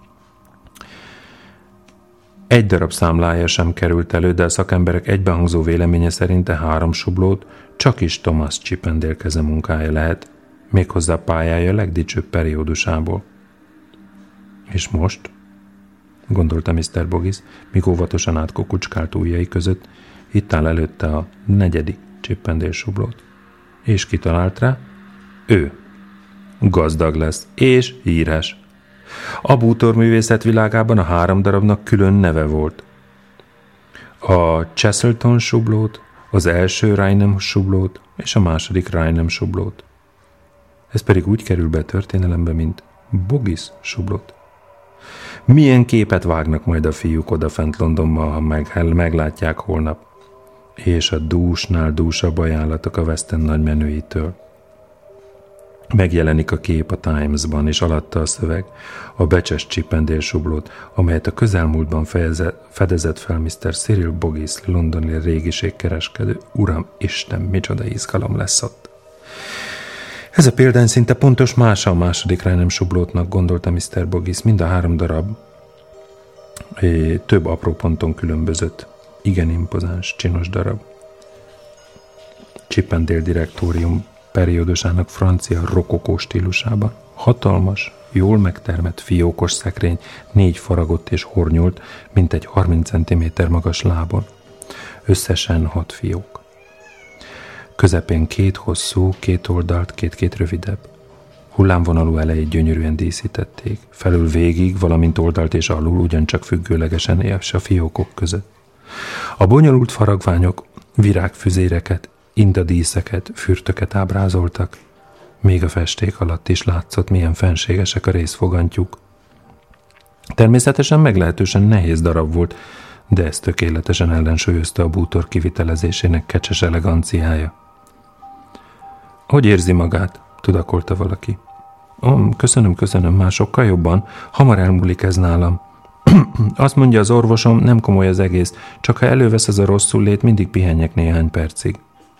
Egy darab számlája sem került elő, de a szakemberek egybehangzó véleménye szerint a három sublót csak is Thomas Chippendale keze munkája lehet, méghozzá pályája legdicsőbb periódusából. És most, gondolta miszter Boggis, míg óvatosan átkokucskált ujjai között, itt áll előtte a negyedik Chippendale sublót. És kitalált rá? Ő. Gazdag lesz, és híres. A bútorművészet világában a három darabnak külön neve volt. A Cheselton sublót, az első Raynham sublót és a második Raynham sublót. Ez pedig úgy kerül be a történelembe, mint Boggis sublót. Milyen képet vágnak majd a fiúk odafent Londonban, ha meg, meglátják holnap. És a dúsnál dúsabb ajánlatok a West End nagymenőitől. Megjelenik a kép a Times-ban, és alatta a szöveg, a becses Chippendale sublót, amelyet a közelmúltban fejeze, fedezett fel miszter Cyril Boggis, londoni régiségkereskedő. Uram Isten, micsoda izgalom lesz ott! Ez a példány szinte pontos mása a második Reinem Sublótnak, gondolta miszter Boggis. Mind a három darab é, több apró ponton különbözött. Igen impozáns, csinos darab. Chippendale direktórium periódusának francia rokokó stílusában. Hatalmas, jól megtermett fiókos szekrény, négy faragott és hornyult, mint egy harminc centiméter magas lábon. Összesen hat fiók. Közepén két hosszú, két oldalt, két-két rövidebb. Hullámvonalú elejét gyönyörűen díszítették, felül végig, valamint oldalt és alul ugyancsak függőlegesen és a fiókok között. A bonyolult faragványok virágfüzéreket, indadíszeket, fürtöket ábrázoltak, még a festék alatt is látszott, milyen fenségesek a részfogantyúk. Természetesen meglehetősen nehéz darab volt, de ez tökéletesen ellensúlyozta a bútor kivitelezésének kecses eleganciája. Hogy érzi magát? Tudakolta valaki. Oh, köszönöm, köszönöm, már sokkal jobban. Hamar elmúlik ez nálam. Azt mondja az orvosom, nem komoly az egész, csak ha elővesz ez a rosszul lét, mindig pihenjek néhány percig.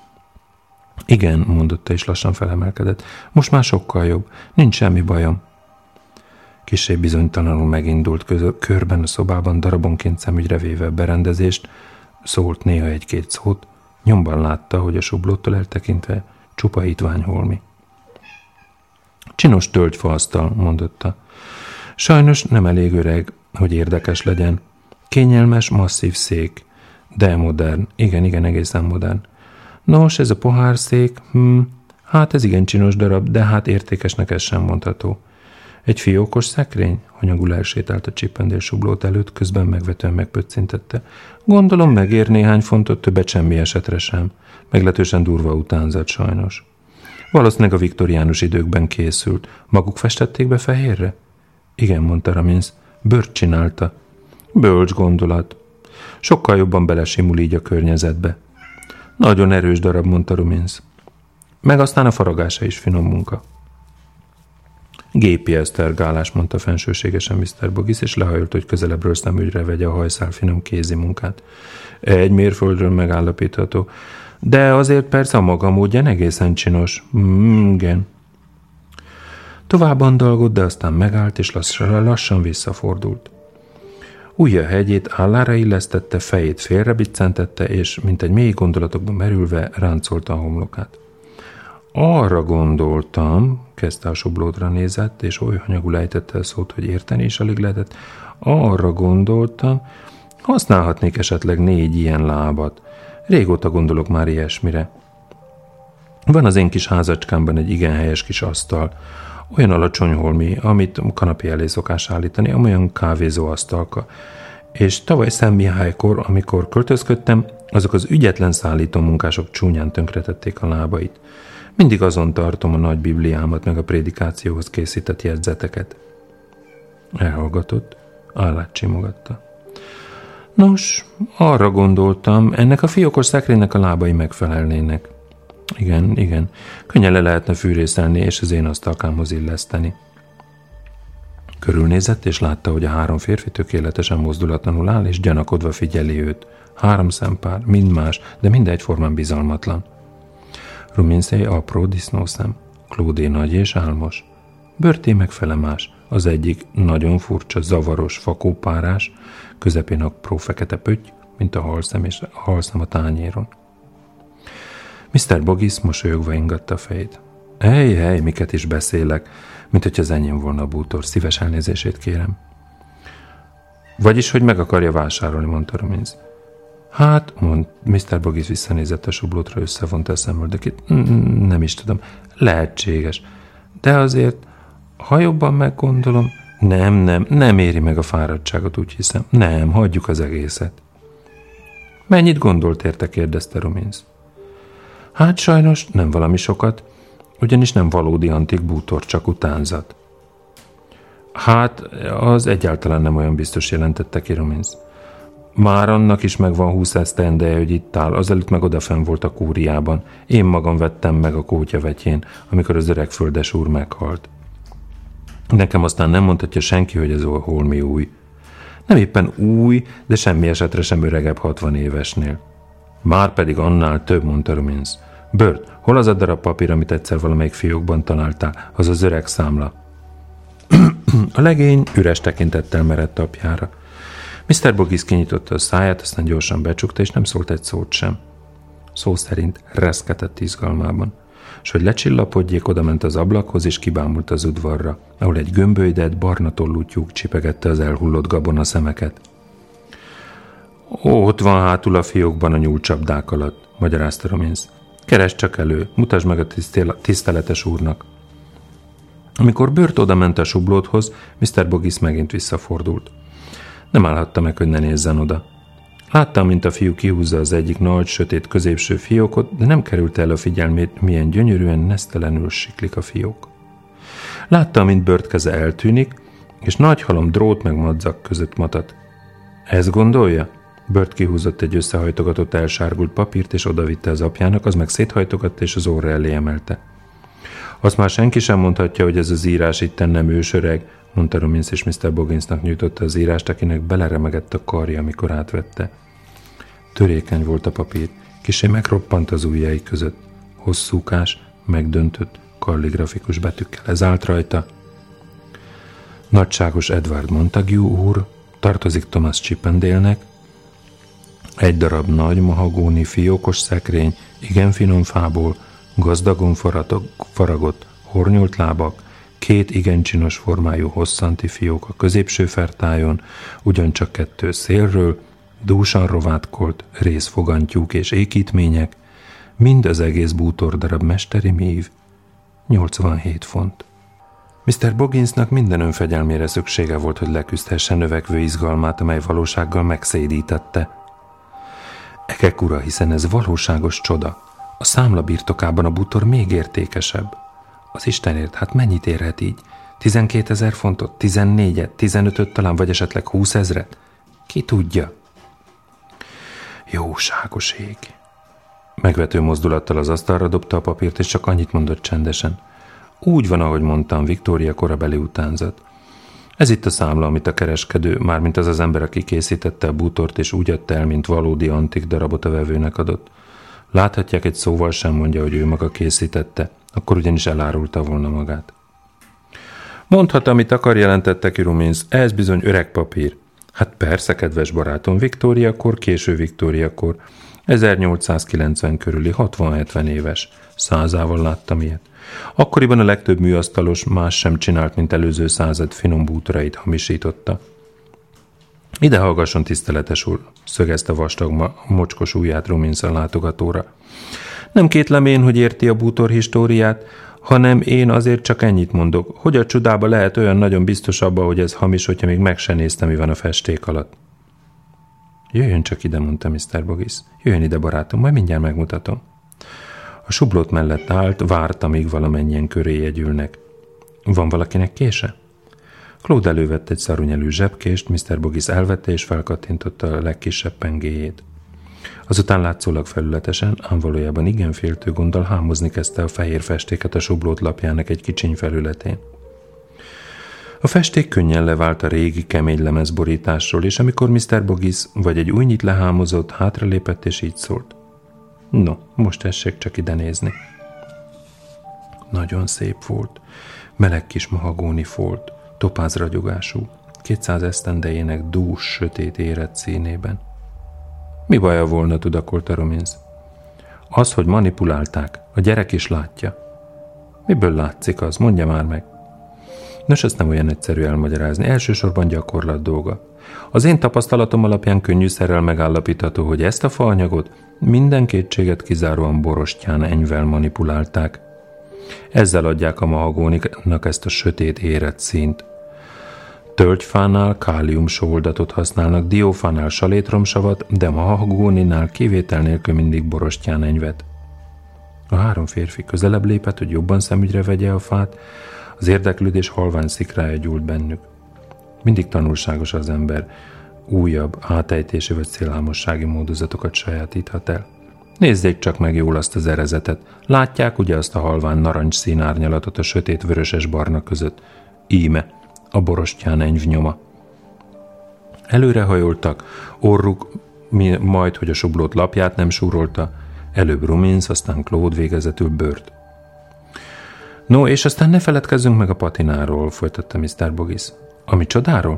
Igen, mondotta és lassan felemelkedett. Most már sokkal jobb. Nincs semmi bajom. Kissé bizonytalanul megindult közö, körben a szobában, darabonként szemügyre véve a berendezést, szólt néha egy-két szót, nyomban látta, hogy a Sublóttól eltekintve csupa itványholmi. Csinos tölgyfaasztal, mondotta. Sajnos nem elég öreg, hogy érdekes legyen. Kényelmes, masszív szék, de modern. Igen, igen, egészen modern. Nos, ez a pohárszék, hm, hát ez igen csinos darab, de hát értékesnek ez sem mondható. Egy fiókos szekrény? Hanyagul elsétált a Chippendale Sublót előtt, közben megvetően megpöccintette. Gondolom megér néhány fontot, többet semmi esetre sem. Meglehetősen durva utánzat sajnos. Valószínűleg a viktoriánus időkben készült. Maguk festették be fehérre? Igen, mondta Ramins. Bört csinálta. Bölcs gondolat. Sokkal jobban belesimul így a környezetbe. Nagyon erős darab, mondta Ramins. Meg aztán a faragása is finom munka. Gépi esztergálás, mondta fensőségesen miszter Boggis, és lehajolt, hogy közelebbről szemügyre vegye a hajszál finom kézi munkát. Egy mérföldről megállapítható. De azért persze a maga módján egészen csinos. Mm, igen. Tovább andalgott, de aztán megállt, és lassan, lassan visszafordult. Ujja hegyét állára illesztette, fejét félrebiccentette, és, mint egy mély gondolatokba merülve, ráncolta a homlokát. Arra gondoltam, kezdte a Sublótra nézett, és oly hanyagul ejtette a szót, hogy érteni is alig lehetett. Arra gondoltam, használhatnék esetleg négy ilyen lábat. Régóta gondolok már ilyesmire. Van az én kis házacskámban egy igen helyes kis asztal, olyan alacsony holmi, amit kanapé elé szokás állítani, amolyan kávézó asztalka. És tavaly Szent Mihálykor, amikor költözködtem, azok az ügyetlen szállító munkások csúnyán tönkretették a lábait. Mindig azon tartom a nagy bibliámat, meg a prédikációhoz készített jegyzeteket. Elhallgatott, állát csimogatta. Nos, arra gondoltam, ennek a fiókos szekrénynek a lábai megfelelnének. Igen, igen, könnyen le lehetne fűrészelni, és az én asztalkámhoz illeszteni. Körülnézett, és látta, hogy a három férfi tökéletesen mozdulatlanul áll, és gyanakodva figyeli őt. Három szempár, mind más, de mindegyformán bizalmatlan. Ruminszé apró disznószem, Claudé nagy és álmos. Börté meg fele más, az egyik nagyon furcsa, zavaros, fakópárás, közepén apró fekete pötty, mint a halszem és a halszem a tányéron. miszter Boggis mosolyogva ingatta a fejét. Hely, hely, miket is beszélek, mint hogy az enyém volna a bútor, szíves elnézését kérem. Vagyis, hogy meg akarja vásárolni, mondta Ramins. Hát, mond, miszter Boggis visszanézett a Sublótra, összevonta a szemöldökét. Nem is tudom, lehetséges. De azért, ha jobban meggondolom, nem, nem, nem éri meg a fáradtságot, úgy hiszem. Nem, hagyjuk az egészet. Mennyit gondolt érte, kérdezte Ramins. Hát sajnos nem valami sokat, ugyanis nem valódi antik bútor, csak utánzat. Hát, az egyáltalán nem olyan biztos, jelentette ki Ramins. Már annak is megvan húsz esztendeje, hogy itt áll, azelőtt meg odafenn volt a kúriában. Én magam vettem meg a kótyavetyén, amikor az öreg földes úr meghalt. Nekem aztán nem mondhatja senki, hogy ez a holmi új. Nem éppen új, de semmi esetre sem öregebb hatvan évesnél. Már pedig annál több, mondta Ramins. Bird, hol az a darab papír, amit egyszer valamelyik fiókban találtál? Az az öreg számla. A legény üres tekintettel merett apjára. miszter Boggis kinyitotta a száját, aztán gyorsan becsukta, és nem szólt egy szót sem. Szó szerint reszketett izgalmában, s hogy lecsillapodjék, odament az ablakhoz, és kibámult az udvarra, ahol egy gömbölydett, barna tollú tyúk csipegette az elhullott gabona szemeket. Ó, ott van hátul a fiókban a nyúlcsapdák alatt, magyarázta Robbins. Keresd csak elő, mutasd meg a tiszteletes úrnak. Amikor Bird odament a sublóthoz, miszter Boggis megint visszafordult. Nem állhatta meg, hogy ne nézzen oda. Látta, mint a fiú kihúzza az egyik nagy, sötét középső fiókot, de nem került el a figyelmét, milyen gyönyörűen nesztelenül siklik a fiók. Látta, mint Bird keze eltűnik, és nagy halom drót meg madzag között matat. Ezt gondolja? Bird kihúzott egy összehajtogatott elsárgult papírt, és odavitte az apjának, az meg széthajtogatta, és az orra elé emelte. Azt már senki sem mondhatja, hogy ez az írás itten nem ősöreg, mondta Robbins, és miszter Bogginsnak nyújtotta az írást, akinek beleremegett a karja, amikor átvette. Törékeny volt a papír, kissé megroppant az ujjai között. Hosszúkás, megdöntött, kalligrafikus betűkkel ez állt rajta. Nagyságos Edward Montague úr, tartozik Thomas Chippendale-nek, egy darab nagy mahagóni fiókos szekrény, igen finom fából, gazdagon faragott, hornyolt lábak, két igen csinos formájú hosszanti fiók a középső fertájon, ugyancsak kettő szélről, dúsan rovátkolt részfogantyúk és ékítmények, mind az egész bútordarab mesteri mív, nyolcvanhét font. miszter Bogginsnak minden önfegyelmére szüksége volt, hogy leküzdhesse növekvő izgalmát, amely valósággal megszédítette. Ekek ura, hiszen ez valóságos csoda. A számla birtokában a bútor még értékesebb. Az Istenért, hát mennyit érhet így? Tizenkétezer fontot, tizennégyet, tizenötöt talán, vagy esetleg húszezret? Ki tudja? Jóságos ég. Megvető mozdulattal az asztalra dobta a papírt, és csak annyit mondott csendesen. Úgy van, ahogy mondtam, Viktória korabeli utánzat. Ez itt a számla, amit a kereskedő, mármint az az ember, aki készítette a bútort, és úgy adta el, mint valódi antik darabot a vevőnek adott. Láthatják, egy szóval sem mondja, hogy ő maga készítette, akkor ugyanis elárulta volna magát. Mondhat, amit akar, jelentette ki Robbins, ez bizony öreg papír. Hát persze, kedves barátom, Viktóriakor, késő Viktóriakor, ezernyolcszázkilencven körüli, hatvan-hetven éves. Százával láttam ilyet. Akkoriban a legtöbb műasztalos más sem csinált, mint előző század finom bútorait hamisította. Ide hallgasson, tiszteletes úr, szögezte vastag ma, mocskos ujját Robbins a látogatóra. Nem kétlem én, hogy érti a bútor históriát, hanem én azért csak ennyit mondok, hogy a csodába lehet olyan nagyon biztos abba, hogy ez hamis, hogyha még meg se néztem, mi van a festék alatt. Jöjjön csak ide, mondta miszter Boggis. Jöjjön ide, barátom, majd mindjárt megmutatom. A sublót mellett állt, várta, míg valamennyien köré jegyülnek. Van valakinek kése? Claude elővett egy szarunyelű zsebkést, miszter Boggis elvette és felkattintotta a legkisebb pengéjét. Azután látszólag felületesen, ám valójában igen féltő gonddal hámozni kezdte a fehér festéket a sublót lapjának egy kicsiny felületén. A festék könnyen levált a régi, kemény lemezborításról, és amikor miszter Boggis vagy egy újnyit lehámozott, hátralépett és így szólt. No, most tessék csak ide nézni. Nagyon szép volt. Meleg kis mahagóni folt, topázragyogású, kétszáz esztendejének dús, sötét érett színében. Mi baja volna, tudakolta Robbins? Az, hogy manipulálták, a gyerek is látja. Miből látszik az? Mondja már meg. Nos, ezt nem olyan egyszerű elmagyarázni, elsősorban gyakorlat dolga. Az én tapasztalatom alapján könnyűszerrel megállapítható, hogy ezt a faanyagot minden kétséget kizáróan borostyán enyvel manipulálták. Ezzel adják a mahagóniknak ezt a sötét érett színt. Tölgyfánál káliumsóoldatot használnak, diófánál salétromsavat, de mahagóninál kivétel nélkül mindig borostyán enyvet. A három férfi közelebb lépett, hogy jobban szemügyre vegye a fát, az érdeklődés halvány szikrája gyúlt bennük. Mindig tanulságos az ember, újabb, átejtési vagy szélhámossági módozatokat sajátíthat el. Nézzék csak meg jól azt az erezetet. Látják ugye azt a halvány narancs színárnyalatot a sötét vöröses barna között? Íme, a borostyán enyv nyoma. Előrehajoltak, orruk, majd, hogy a sublót lapját nem súrolta, Előbb Rumins, aztán Claude, végezetül Bird. No, és aztán ne feledkezzünk meg a patináról, folytatta miszter Boggis. Ami csodáról?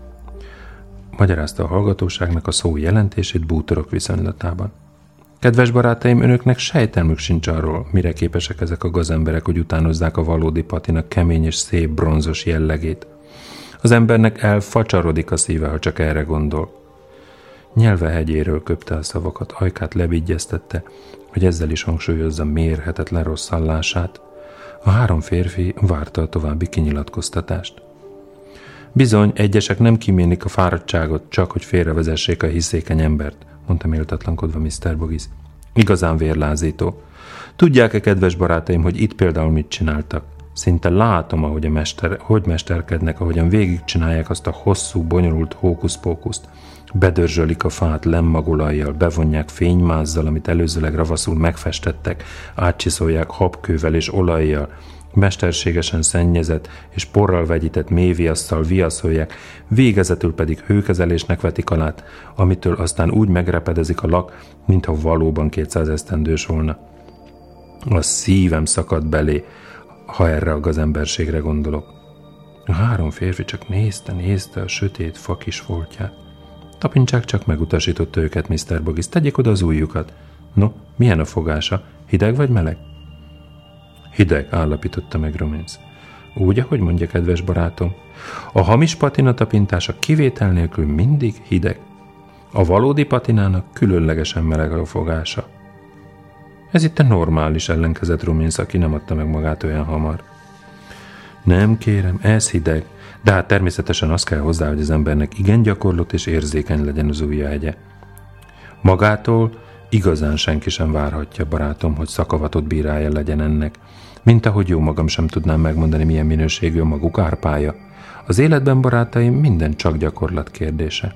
Magyarázta a hallgatóságnak a szó jelentését bútorok viszonylatában. Kedves barátaim, önöknek sejtelmük sincs arról, mire képesek ezek a gazemberek, hogy utánozzák a valódi patina kemény és szép bronzos jellegét. Az embernek elfacsarodik a szíve, ha csak erre gondol. Nyelve hegyéről köpte a szavakat, ajkát levigyeztette, hogy ezzel is hangsúlyozza mérhetetlen rosszallását. A három férfi várta a további kinyilatkoztatást. Bizony, egyesek nem kímélik a fáradtságot, csak hogy félrevezessék a hiszékeny embert, mondta méltatlankodva miszter Boggis. Igazán vérlázító. Tudják-e, kedves barátaim, hogy itt például mit csináltak? Szinte látom, ahogy a mester, hogy mesterkednek, ahogyan végigcsinálják azt a hosszú, bonyolult hókusz-pókuszt. Bedörzsölik a fát lemmagolajjal, bevonják fénymázzal, amit előzőleg ravaszul megfestettek, átcsiszolják habkővel és olajjal, mesterségesen szennyezett és porral vegyített méviasszal viaszolják, végezetül pedig hőkezelésnek vetik alát, amitől aztán úgy megrepedezik a lak, mintha valóban kétszáz esztendős volna. A szívem szakad belé, ha erre a gazemberségre gondolok. A három férfi csak nézte, nézte a sötét fa kis foltját. Tapincsák csak megutasította őket miszter Boggis. Tegyék oda az ujjukat. No, milyen a fogása? Hideg vagy meleg? Hideg, állapította meg Rumins. Úgy, ahogy mondja, kedves barátom. A hamis patina tapintása kivétel nélkül mindig hideg. A valódi patinának különlegesen meleg a fogása. Ez itt a normális, ellenkezett Rumins, aki nem adta meg magát olyan hamar. Nem kérem, ez hideg, de hát természetesen az kell hozzá, hogy az embernek igen gyakorlott és érzékeny legyen az ujjahegye. Magától igazán senki sem várhatja, barátom, hogy szakavatott bírája legyen ennek, mint ahogy jó magam sem tudnám megmondani, milyen minőségű a maguk árpája. Az életben, barátaim, minden csak gyakorlat kérdése.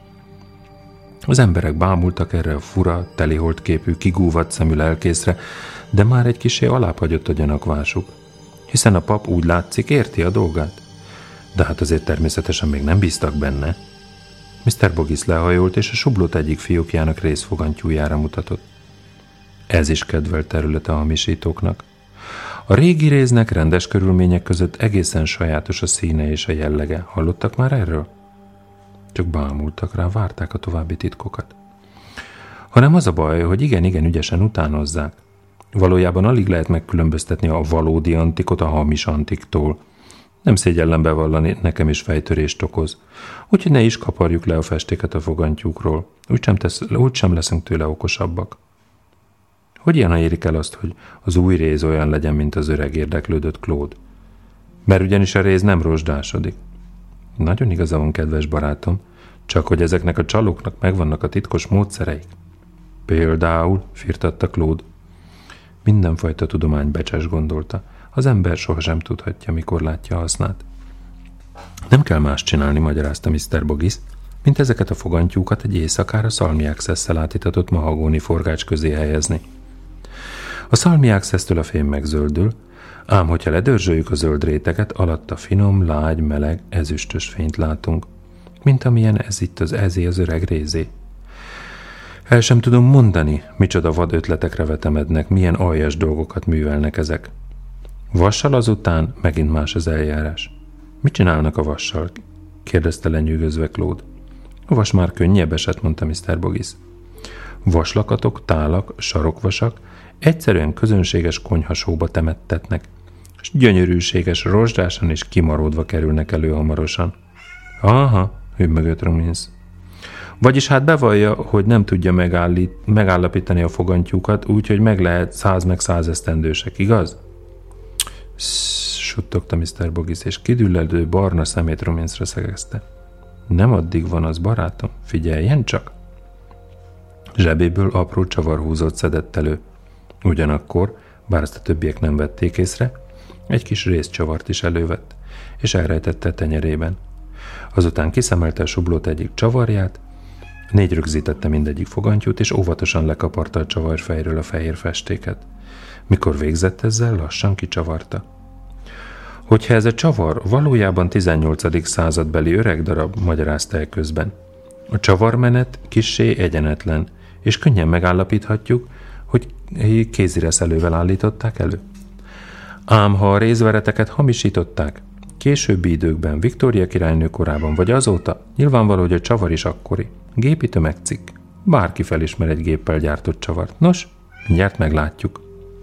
Az emberek bámultak erre a fura, teliholdképű, kigúvadt szemű lelkészre, de már egy kissé alább hagyott a gyanakvásuk. Hiszen a pap úgy látszik, érti a dolgát. De hát azért természetesen még nem bíztak benne. miszter Boggis lehajolt, és a sublót egyik fiókjának részfogantyújára mutatott. Ez is kedvelt területe a hamisítóknak. A régi réznek rendes körülmények között egészen sajátos a színe és a jellege. Hallottak már erről? Csak bámultak rá, várták a további titkokat. Hanem az a baj, hogy igen-igen ügyesen utánozzák. Valójában alig lehet megkülönböztetni a valódi antikot a hamis antiktól. Nem szégyellem bevallani, nekem is fejtörést okoz. Úgyhogy ne is kaparjuk le a festéket a fogantyúkról. Úgysem, tesz, úgysem leszünk tőle okosabbak. Hogy ilyen érik el azt, hogy az új réz olyan legyen, mint az öreg, érdeklődött Claude? Mert ugyanis a réz nem rozsdásodik. Nagyon igaza van, kedves barátom, csak hogy ezeknek a csalóknak megvannak a titkos módszereik. Például, firtatta Claude. Mindenfajta tudomány becses, gondolta. Az ember sohasem tudhatja, mikor látja a hasznát. Nem kell más csinálni, magyarázta miszter Boggis, mint ezeket a fogantyúkat egy éjszakára szalmiákszesszel átitatott mahagóni forgács közé helyezni. A szalmiákszesztől a fém megzöldül, ám hogyha ledörzsöljük a zöld réteget, alatta finom, lágy, meleg, ezüstös fényt látunk, mint amilyen ez itt az ezé az öreg rézé. El sem tudom mondani, micsoda vad ötletekre vetemednek, milyen aljas dolgokat művelnek ezek. Vassal azután megint más az eljárás. Mit csinálnak a vassal? Kérdezte lenyűgözve Claude. A vas már könnyebb eset, mondta miszter Boggis. Vaslakatok, tálak, sarokvasak egyszerűen közönséges konyhasóba temettetnek, és gyönyörűséges, rozsdásan és kimaródva kerülnek elő hamarosan. Aha, hümmögött Rumins. Vagyis hát bevallja, hogy nem tudja megállít, megállapítani a fogantyúkat, úgyhogy meg lehet száz meg száz esztendősek, igaz? Sszz, suttogta miszter Boggis, és kidülledő barna szemét Ruminsra szegezte. Nem addig van az, barátom, figyeljen csak! Zsebéből apró csavarhúzót szedett elő. Ugyanakkor, bár ezt a többiek nem vették észre, egy kis részcsavart is elővett, és elrejtette a tenyerében. Azután kiszemelte a sublót egyik csavarját, négy rögzítette mindegyik fogantyút, és óvatosan lekaparta a csavarfejről a fehér festéket. Mikor végzett ezzel, lassan kicsavarta. Hogyha ez a csavar valójában tizennyolcadik századbeli öreg darab, magyarázta el közben. A csavarmenet kissé egyenetlen, és könnyen megállapíthatjuk, hogy kézireszelővel állították elő. Ám ha a rézvereteket hamisították, későbbi időkben, Viktória királynő korában vagy azóta, nyilvánvaló, hogy a csavar is akkori. Gépi tömegcikk. Bárki felismer egy géppel gyártott csavart. Nos, mindjárt meglátjuk.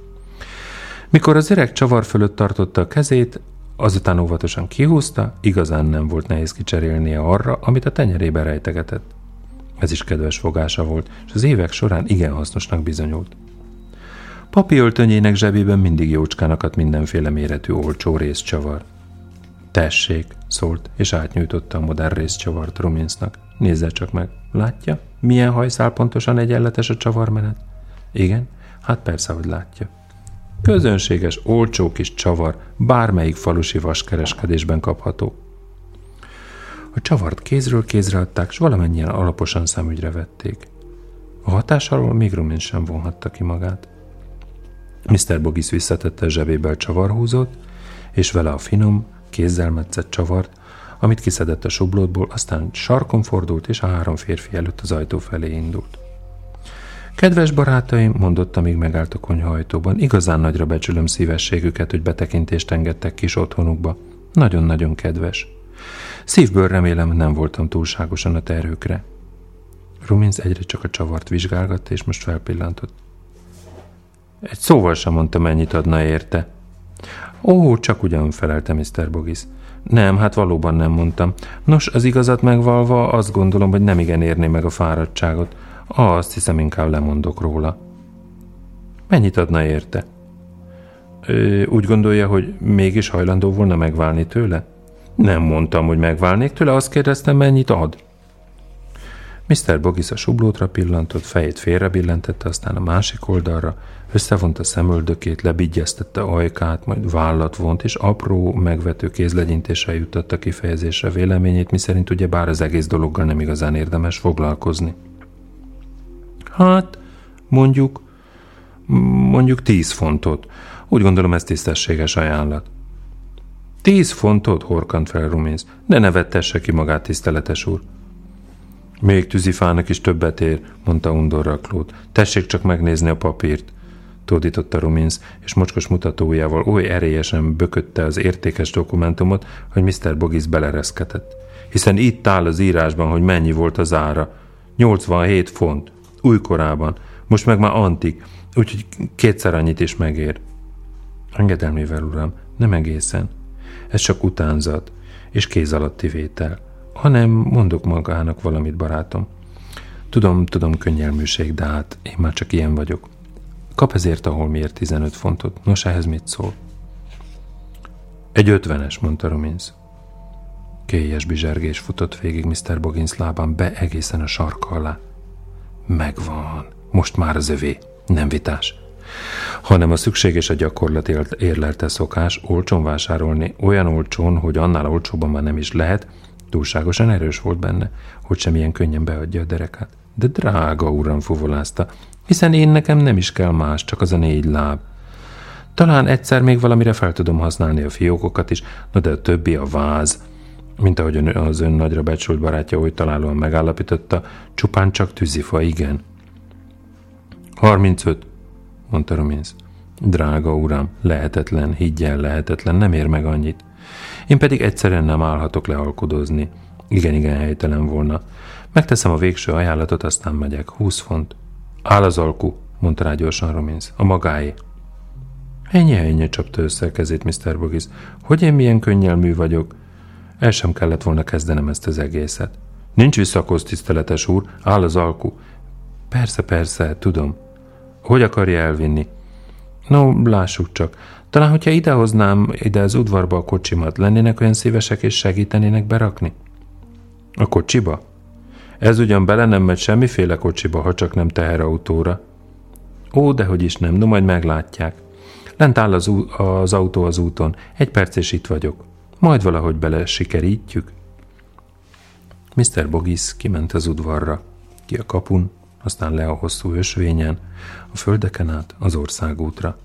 Mikor az öreg csavar fölött tartotta a kezét, azután óvatosan kihúzta, igazán nem volt nehéz kicserélnie arra, amit a tenyerébe rejtegetett. Ez is kedves fogása volt, és az évek során igen hasznosnak bizonyult. Papi öltönyének zsebében mindig jócskán akadt mindenféle méretű olcsó részcsavar. Tessék, szólt, és átnyújtotta a modern részcsavart Ruminsnak. Nézze csak meg, látja, milyen hajszál pontosan egyenletes a csavarmenet? Igen, hát persze, hogy látja. Közönséges, olcsó kis csavar, bármelyik falusi vaskereskedésben kapható. A csavart kézről kézre adták, s valamennyien alaposan szemügyre vették. A hatás alól még Rumins sem vonhatta ki magát. miszter Boggis visszatette a zsebébe a csavarhúzót, és vele a finom, kézzel metszett csavart, amit kiszedett a sublótból, aztán sarkon fordult, és a három férfi előtt az ajtó felé indult. Kedves barátaim, mondotta, míg megállt a konyhaajtóban, igazán nagyra becsülöm szívességüket, hogy betekintést engedtek kis otthonukba. Nagyon-nagyon kedves. Szívből remélem, nem voltam túlságosan a terhükre. Rumins egyre csak a csavart vizsgálgatta, és most felpillantott. Egy szóval sem mondta, mennyit adna érte. Ó, csak ugyan, felelte miszter Boggis. Nem, hát valóban nem mondtam. Nos, az igazat megvalva azt gondolom, hogy nem igen érné meg a fáradtságot. Azt hiszem, inkább lemondok róla. Mennyit adna érte? Ö, úgy gondolja, hogy mégis hajlandó volna megválni tőle? Nem mondtam, hogy megválnék tőle, azt kérdeztem, mennyit ad. miszter Boggis a sublótra pillantott, fejét félrebillentette, aztán a másik oldalra, összevonta a szemöldökét, lebigyeztette ajkát, majd vállat vont, és apró, megvető kézlegyintéssel juttatta kifejezésre véleményét, miszerint ugyebár az egész dologgal nem igazán érdemes foglalkozni. Hát, mondjuk, mondjuk tíz fontot. Úgy gondolom, ez tisztességes ajánlat. Tíz fontot, horkant fel Rumins, de ne vettesse ki magát, tiszteletes úr. Még tűzifának is többet ér, mondta undorral Claude. Tessék csak megnézni a papírt, tódította Rumins, és mocskos mutatójával oly erélyesen bökötte az értékes dokumentumot, hogy miszter Boggis belereszketett. Hiszen itt áll az írásban, hogy mennyi volt az ára. nyolcvanhét font. Újkorában. Most meg már antik, úgyhogy kétszer annyit is megér. Engedelmével, uram, nem egészen. Ez csak utánzat, és kéz alatti vétel. Hanem mondok magának valamit, barátom. Tudom, tudom, könnyelműség, de hát én már csak ilyen vagyok. Kap ezért a holmiért tizenöt fontot. Nos, ehhez mit szól? Egy ötvenes, mondta Rumins. Kélyes bizsergés futott végig miszter Boggins lábán be egészen a sarka alá. Megvan. Most már az övé. Nem vitás. Hanem a szükség és a gyakorlat érlelte szokás olcsón vásárolni, olyan olcsón, hogy annál olcsóban már nem is lehet, túlságosan erős volt benne, hogy sem ilyen könnyen beadja a derekát. De drága uram, fuvolázta, hiszen én nekem nem is kell más, csak az a négy láb. Talán egyszer még valamire fel tudom használni a fiókokat is, no de a többi a váz. Mint ahogy az ön nagyra becsült barátja oly találóan megállapította, csupán csak tűzifa, igen. harmincöt, mondta Rumins. Drága uram, lehetetlen, higgyen, lehetetlen, nem ér meg annyit. Én pedig egyszerűen nem állhatok le alkudozni. Igen, igen, helytelen volna. Megteszem a végső ajánlatot, aztán megyek. Húsz font. Áll az alku, mondta rá gyorsan Rumins. A magáé. Ennyi, ennyi, csapta össze a kezét miszter Boggis. Hogy én milyen könnyelmű vagyok? El sem kellett volna kezdenem ezt az egészet. Nincs visszakoz, tiszteletes úr, áll az alku. Persze, persze, tudom. Hogy akarja elvinni? No, lássuk csak. Talán, hogyha idehoznám ide az udvarba a kocsimat, lennének olyan szívesek és segítenének berakni? A kocsiba? Ez ugyan bele nem megy semmiféle kocsiba, ha csak nem teherautóra. Ó, dehogy is nem, no majd meglátják. Lent áll az, ú- az autó az úton, egy perc és itt vagyok. Majd valahogy bele sikerítjük. miszter Boggis kiment az udvarra, ki a kapun, aztán le a hosszú ösvényen, a földeken át az országútra.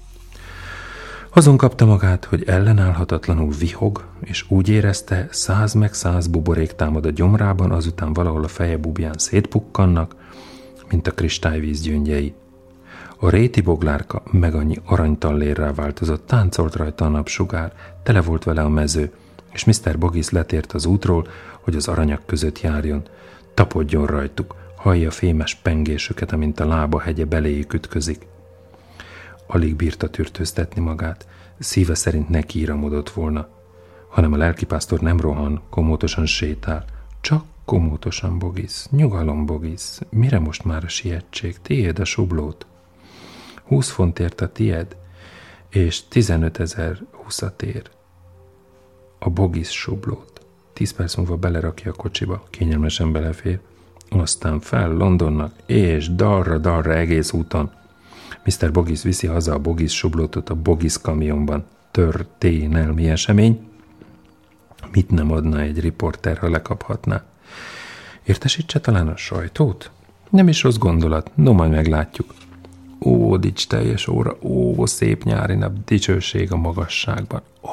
Azon kapta magát, hogy ellenállhatatlanul vihog, és úgy érezte, száz meg száz buborék támad a gyomrában, azután valahol a feje búbján szétpukkannak, mint a kristályvíz gyöngyei. A réti boglárka meg annyi aranytallérrá változott, táncolt rajta a napsugár, tele volt vele a mező, és miszter Boggis letért az útról, hogy az aranyak között járjon. Tapodjon rajtuk, hallja fémes pengésüket, amint a lába hegye beléjük ütközik. Alig bírta tűrtőztetni magát, szíve szerint nekiíramodott volna, hanem a lelkipásztor nem rohan, komótosan sétál. Csak komótosan, Boggis, nyugalom, Boggis, mire most már a sietség? Tiéd a sublót. Húsz fontért a tied, és tizenötezer húszat ér. A Boggis sublót. Tíz perc múlva belerakja a kocsiba, kényelmesen belefér. Aztán fel Londonnak, és dalra-dalra egész úton. miszter Boggis viszi haza a Boggis sublótot a Boggis kamionban. Történelmi esemény. Mit nem adna egy riporter, ha lekaphatná? Értesítse talán a sajtót? Nem is rossz gondolat, no majd meglátjuk. Ó, dics teljes óra, ó, szép nyári nap, dicsőség a magasságban. Ó.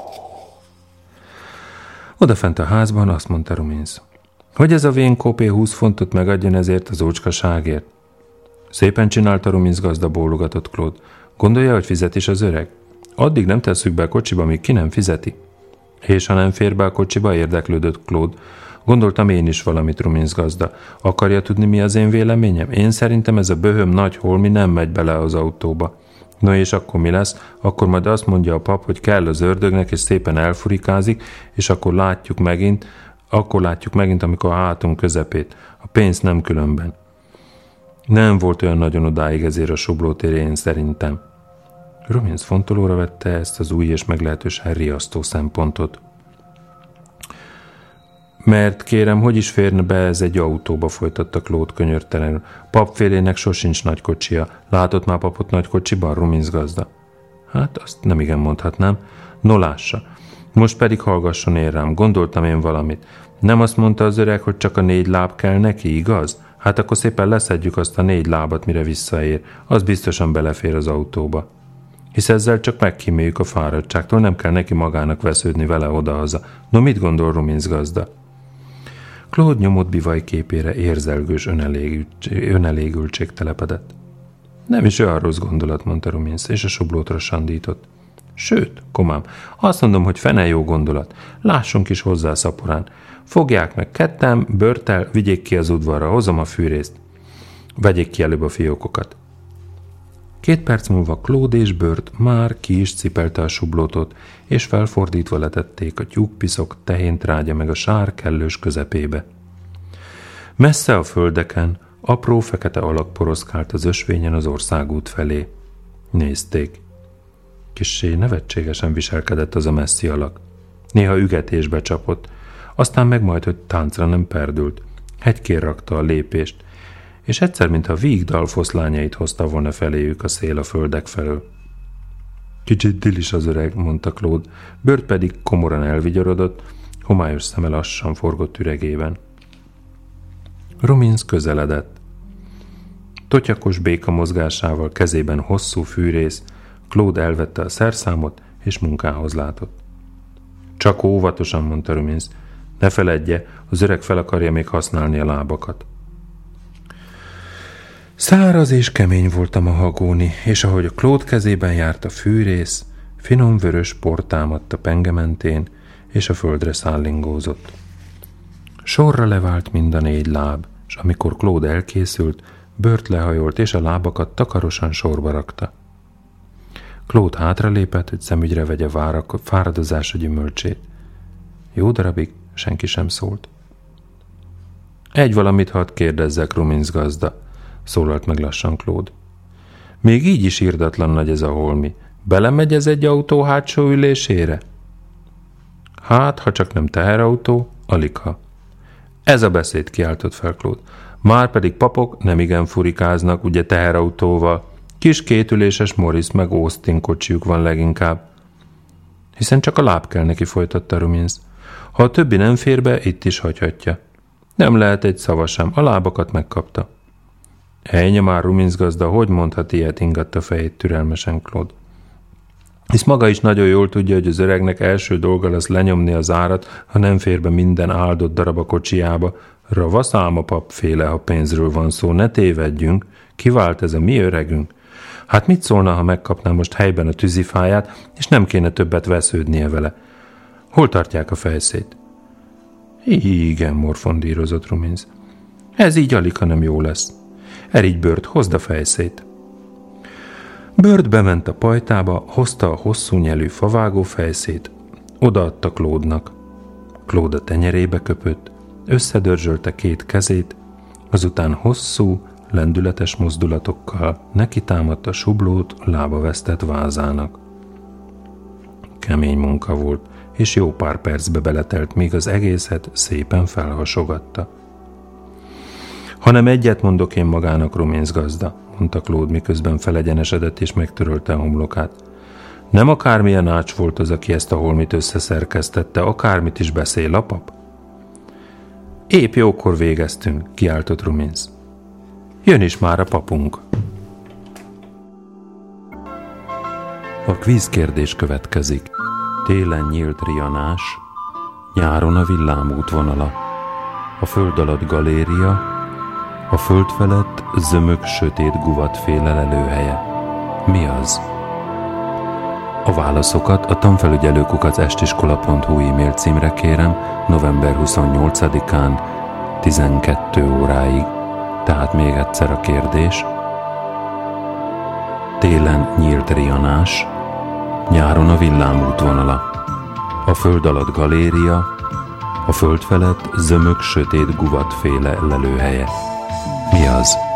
Odafent a házban azt mondta Rumins, hogy ez a vén kopé húsz fontot megadjon ezért az ócskaságért. Szépen csinálta Rumins gazda, bólogatott Claude. Gondolja, hogy fizet is az öreg? Addig nem tesszük be a kocsiba, míg ki nem fizeti. És ha nem fér be a kocsiba, érdeklődött Claude. Gondoltam én is valamit, Rumins gazda. Akarja tudni, mi az én véleményem? Én szerintem ez a böhöm nagy holmi nem megy bele az autóba. No és akkor mi lesz? Akkor majd azt mondja a pap, hogy kell az ördögnek, és szépen elfurikázik, és akkor látjuk megint, akkor látjuk megint, amikor a hátunk közepét. A pénz nem különben. Nem volt olyan nagyon odáig ezért a sublótérén szerintem. Rumins fontolóra vette ezt az új és meglehetősen riasztó szempontot. Mert kérem, hogy is férne be ez egy autóba, folytatta Claude könyörtelenül. Papfélének sosincs nagy kocsia. Látott már papot nagy kocsiban, Rumins gazda? Hát azt nem igen mondhatnám. No lássa. Most pedig hallgasson én rám. Gondoltam én valamit. Nem azt mondta az öreg, hogy csak a négy láb kell neki, igaz? Hát akkor szépen leszedjük azt a négy lábat, mire visszaér. Az biztosan belefér az autóba. Hisz ezzel csak megkíméljük a fáradtságtól, nem kell neki magának vesződni vele odahaza. No mit gondol Rumins gazda? Claude nyomott bivaj képére érzelgős önelégültség, önelégültség telepedett. Nem is olyan rossz gondolat, mondta Rumins, és a sublótra sandított. Sőt, komám, azt mondom, hogy fene jó gondolat. Lássunk is hozzá szaporán. Fogják meg kettem, börtel, vigyék ki az udvarra, hozom a fűrészt. Vegyék ki előbb a fiókokat. Két perc múlva Claude és Bört már ki is cipelte a sublótot, és felfordítva letették a tyúkpiszok, tehéntrágya meg a sár kellős közepébe. Messze a földeken apró fekete alak poroszkált az ösvényen az országút felé. Nézték. Kissé nevetségesen viselkedett az a messzi alak. Néha ügetésbe csapott, aztán meg majd, hogy táncra nem perdült. Hegykén rakta a lépést, és egyszer, mintha vígdal foszlányait hozta volna feléjük a szél a földek felől. Kicsit dilis az öreg, mondta Claude, Bört pedig komoran elvigyorodott, homályos szeme lassan forgott üregében. Rumins közeledett. Totyakos béka mozgásával, kezében hosszú fűrész, Claude elvette a szerszámot, és munkához látott. Csak óvatosan, mondta Rumins, ne feledje, az öreg fel akarja még használni a lábakat. Száraz és kemény volt a mahagóni, és ahogy a Claude kezében járt a fűrész, finom vörös por támadt a penge mentén, és a földre szállingózott. Sorra levált mind a négy láb, és amikor Claude elkészült, Bört lehajolt, és a lábakat takarosan sorba rakta. Claude hátralépett, hogy szemügyre vegye várak, fáradozása gyümölcsét. Jó darabig senki sem szólt. Egy valamit hadd kérdezzek, Rumins gazda, szólalt meg lassan Claude. Még így is irdatlan nagy ez a holmi. Belemegy ez egy autó hátsó ülésére? Hát, ha csak nem teherautó, aligha. Ez a beszéd, kiáltott fel Claude. Márpedig papok nem igen furikáznak, ugye teherautóval. Kis kétüléses Morris meg Austin kocsijuk van leginkább. Hiszen csak a láb kell neki, folytatta Rumins. Ha a többi nem fér be, itt is hagyhatja. Nem lehet egy szava sem, a lábakat megkapta. Ejnye már, Rumins gazda, hogy mondhat ilyet, ingatta fejét türelmesen Claude. Hisz maga is nagyon jól tudja, hogy az öregnek első dolga lesz lenyomni az árat, ha nem fér be minden áldott darab a kocsiába. Ravaszám a papféle, ha pénzről van szó, ne tévedjünk. Kivált ez a mi öregünk? Hát mit szólna, ha megkapná most helyben a tűzifáját, és nem kéne többet vesződnie vele? Hol tartják a fejszét? Igen, morfondírozott Rumins. Ez így alig, hanem jó lesz. Erigy Bört, hozd a fejszét. Bört bement a pajtába, hozta a hosszú nyelű favágó fejszét, odaadta Claude-nak. Claude a tenyerébe köpött, összedörzsölte két kezét, azután hosszú, lendületes mozdulatokkal nekitámadt a sublót lába vesztett vázának. Kemény munka volt, és jó pár percbe beletelt, míg az egészet szépen felhasogatta. Hanem egyet mondok én magának, Rumins gazda, mondta Claude, miközben felegyenesedett és megtörölte a homlokát. Nem akármilyen ács volt az, aki ezt a holmit összeszerkesztette, akármit is beszél a pap? Épp jókor végeztünk, kiáltott Rumins. Jön is már a papunk. A kvízkérdés következik. Télen nyílt rianás, nyáron a villám útvonala, a föld alatt galéria, a föld felett zömök sötét guvatféle lelőhelye. Mi az? A válaszokat a tanfelügyelő kukac estiskola pont hu e-mail címre kérem november huszonnyolcadikán tizenkettő óráig. Tehát még egyszer a kérdés. Télen nyílt rianás, nyáron a villám útvonala, a föld alatt galéria, a föld felett zömök sötét guvatféle lelőhelye. Mi az?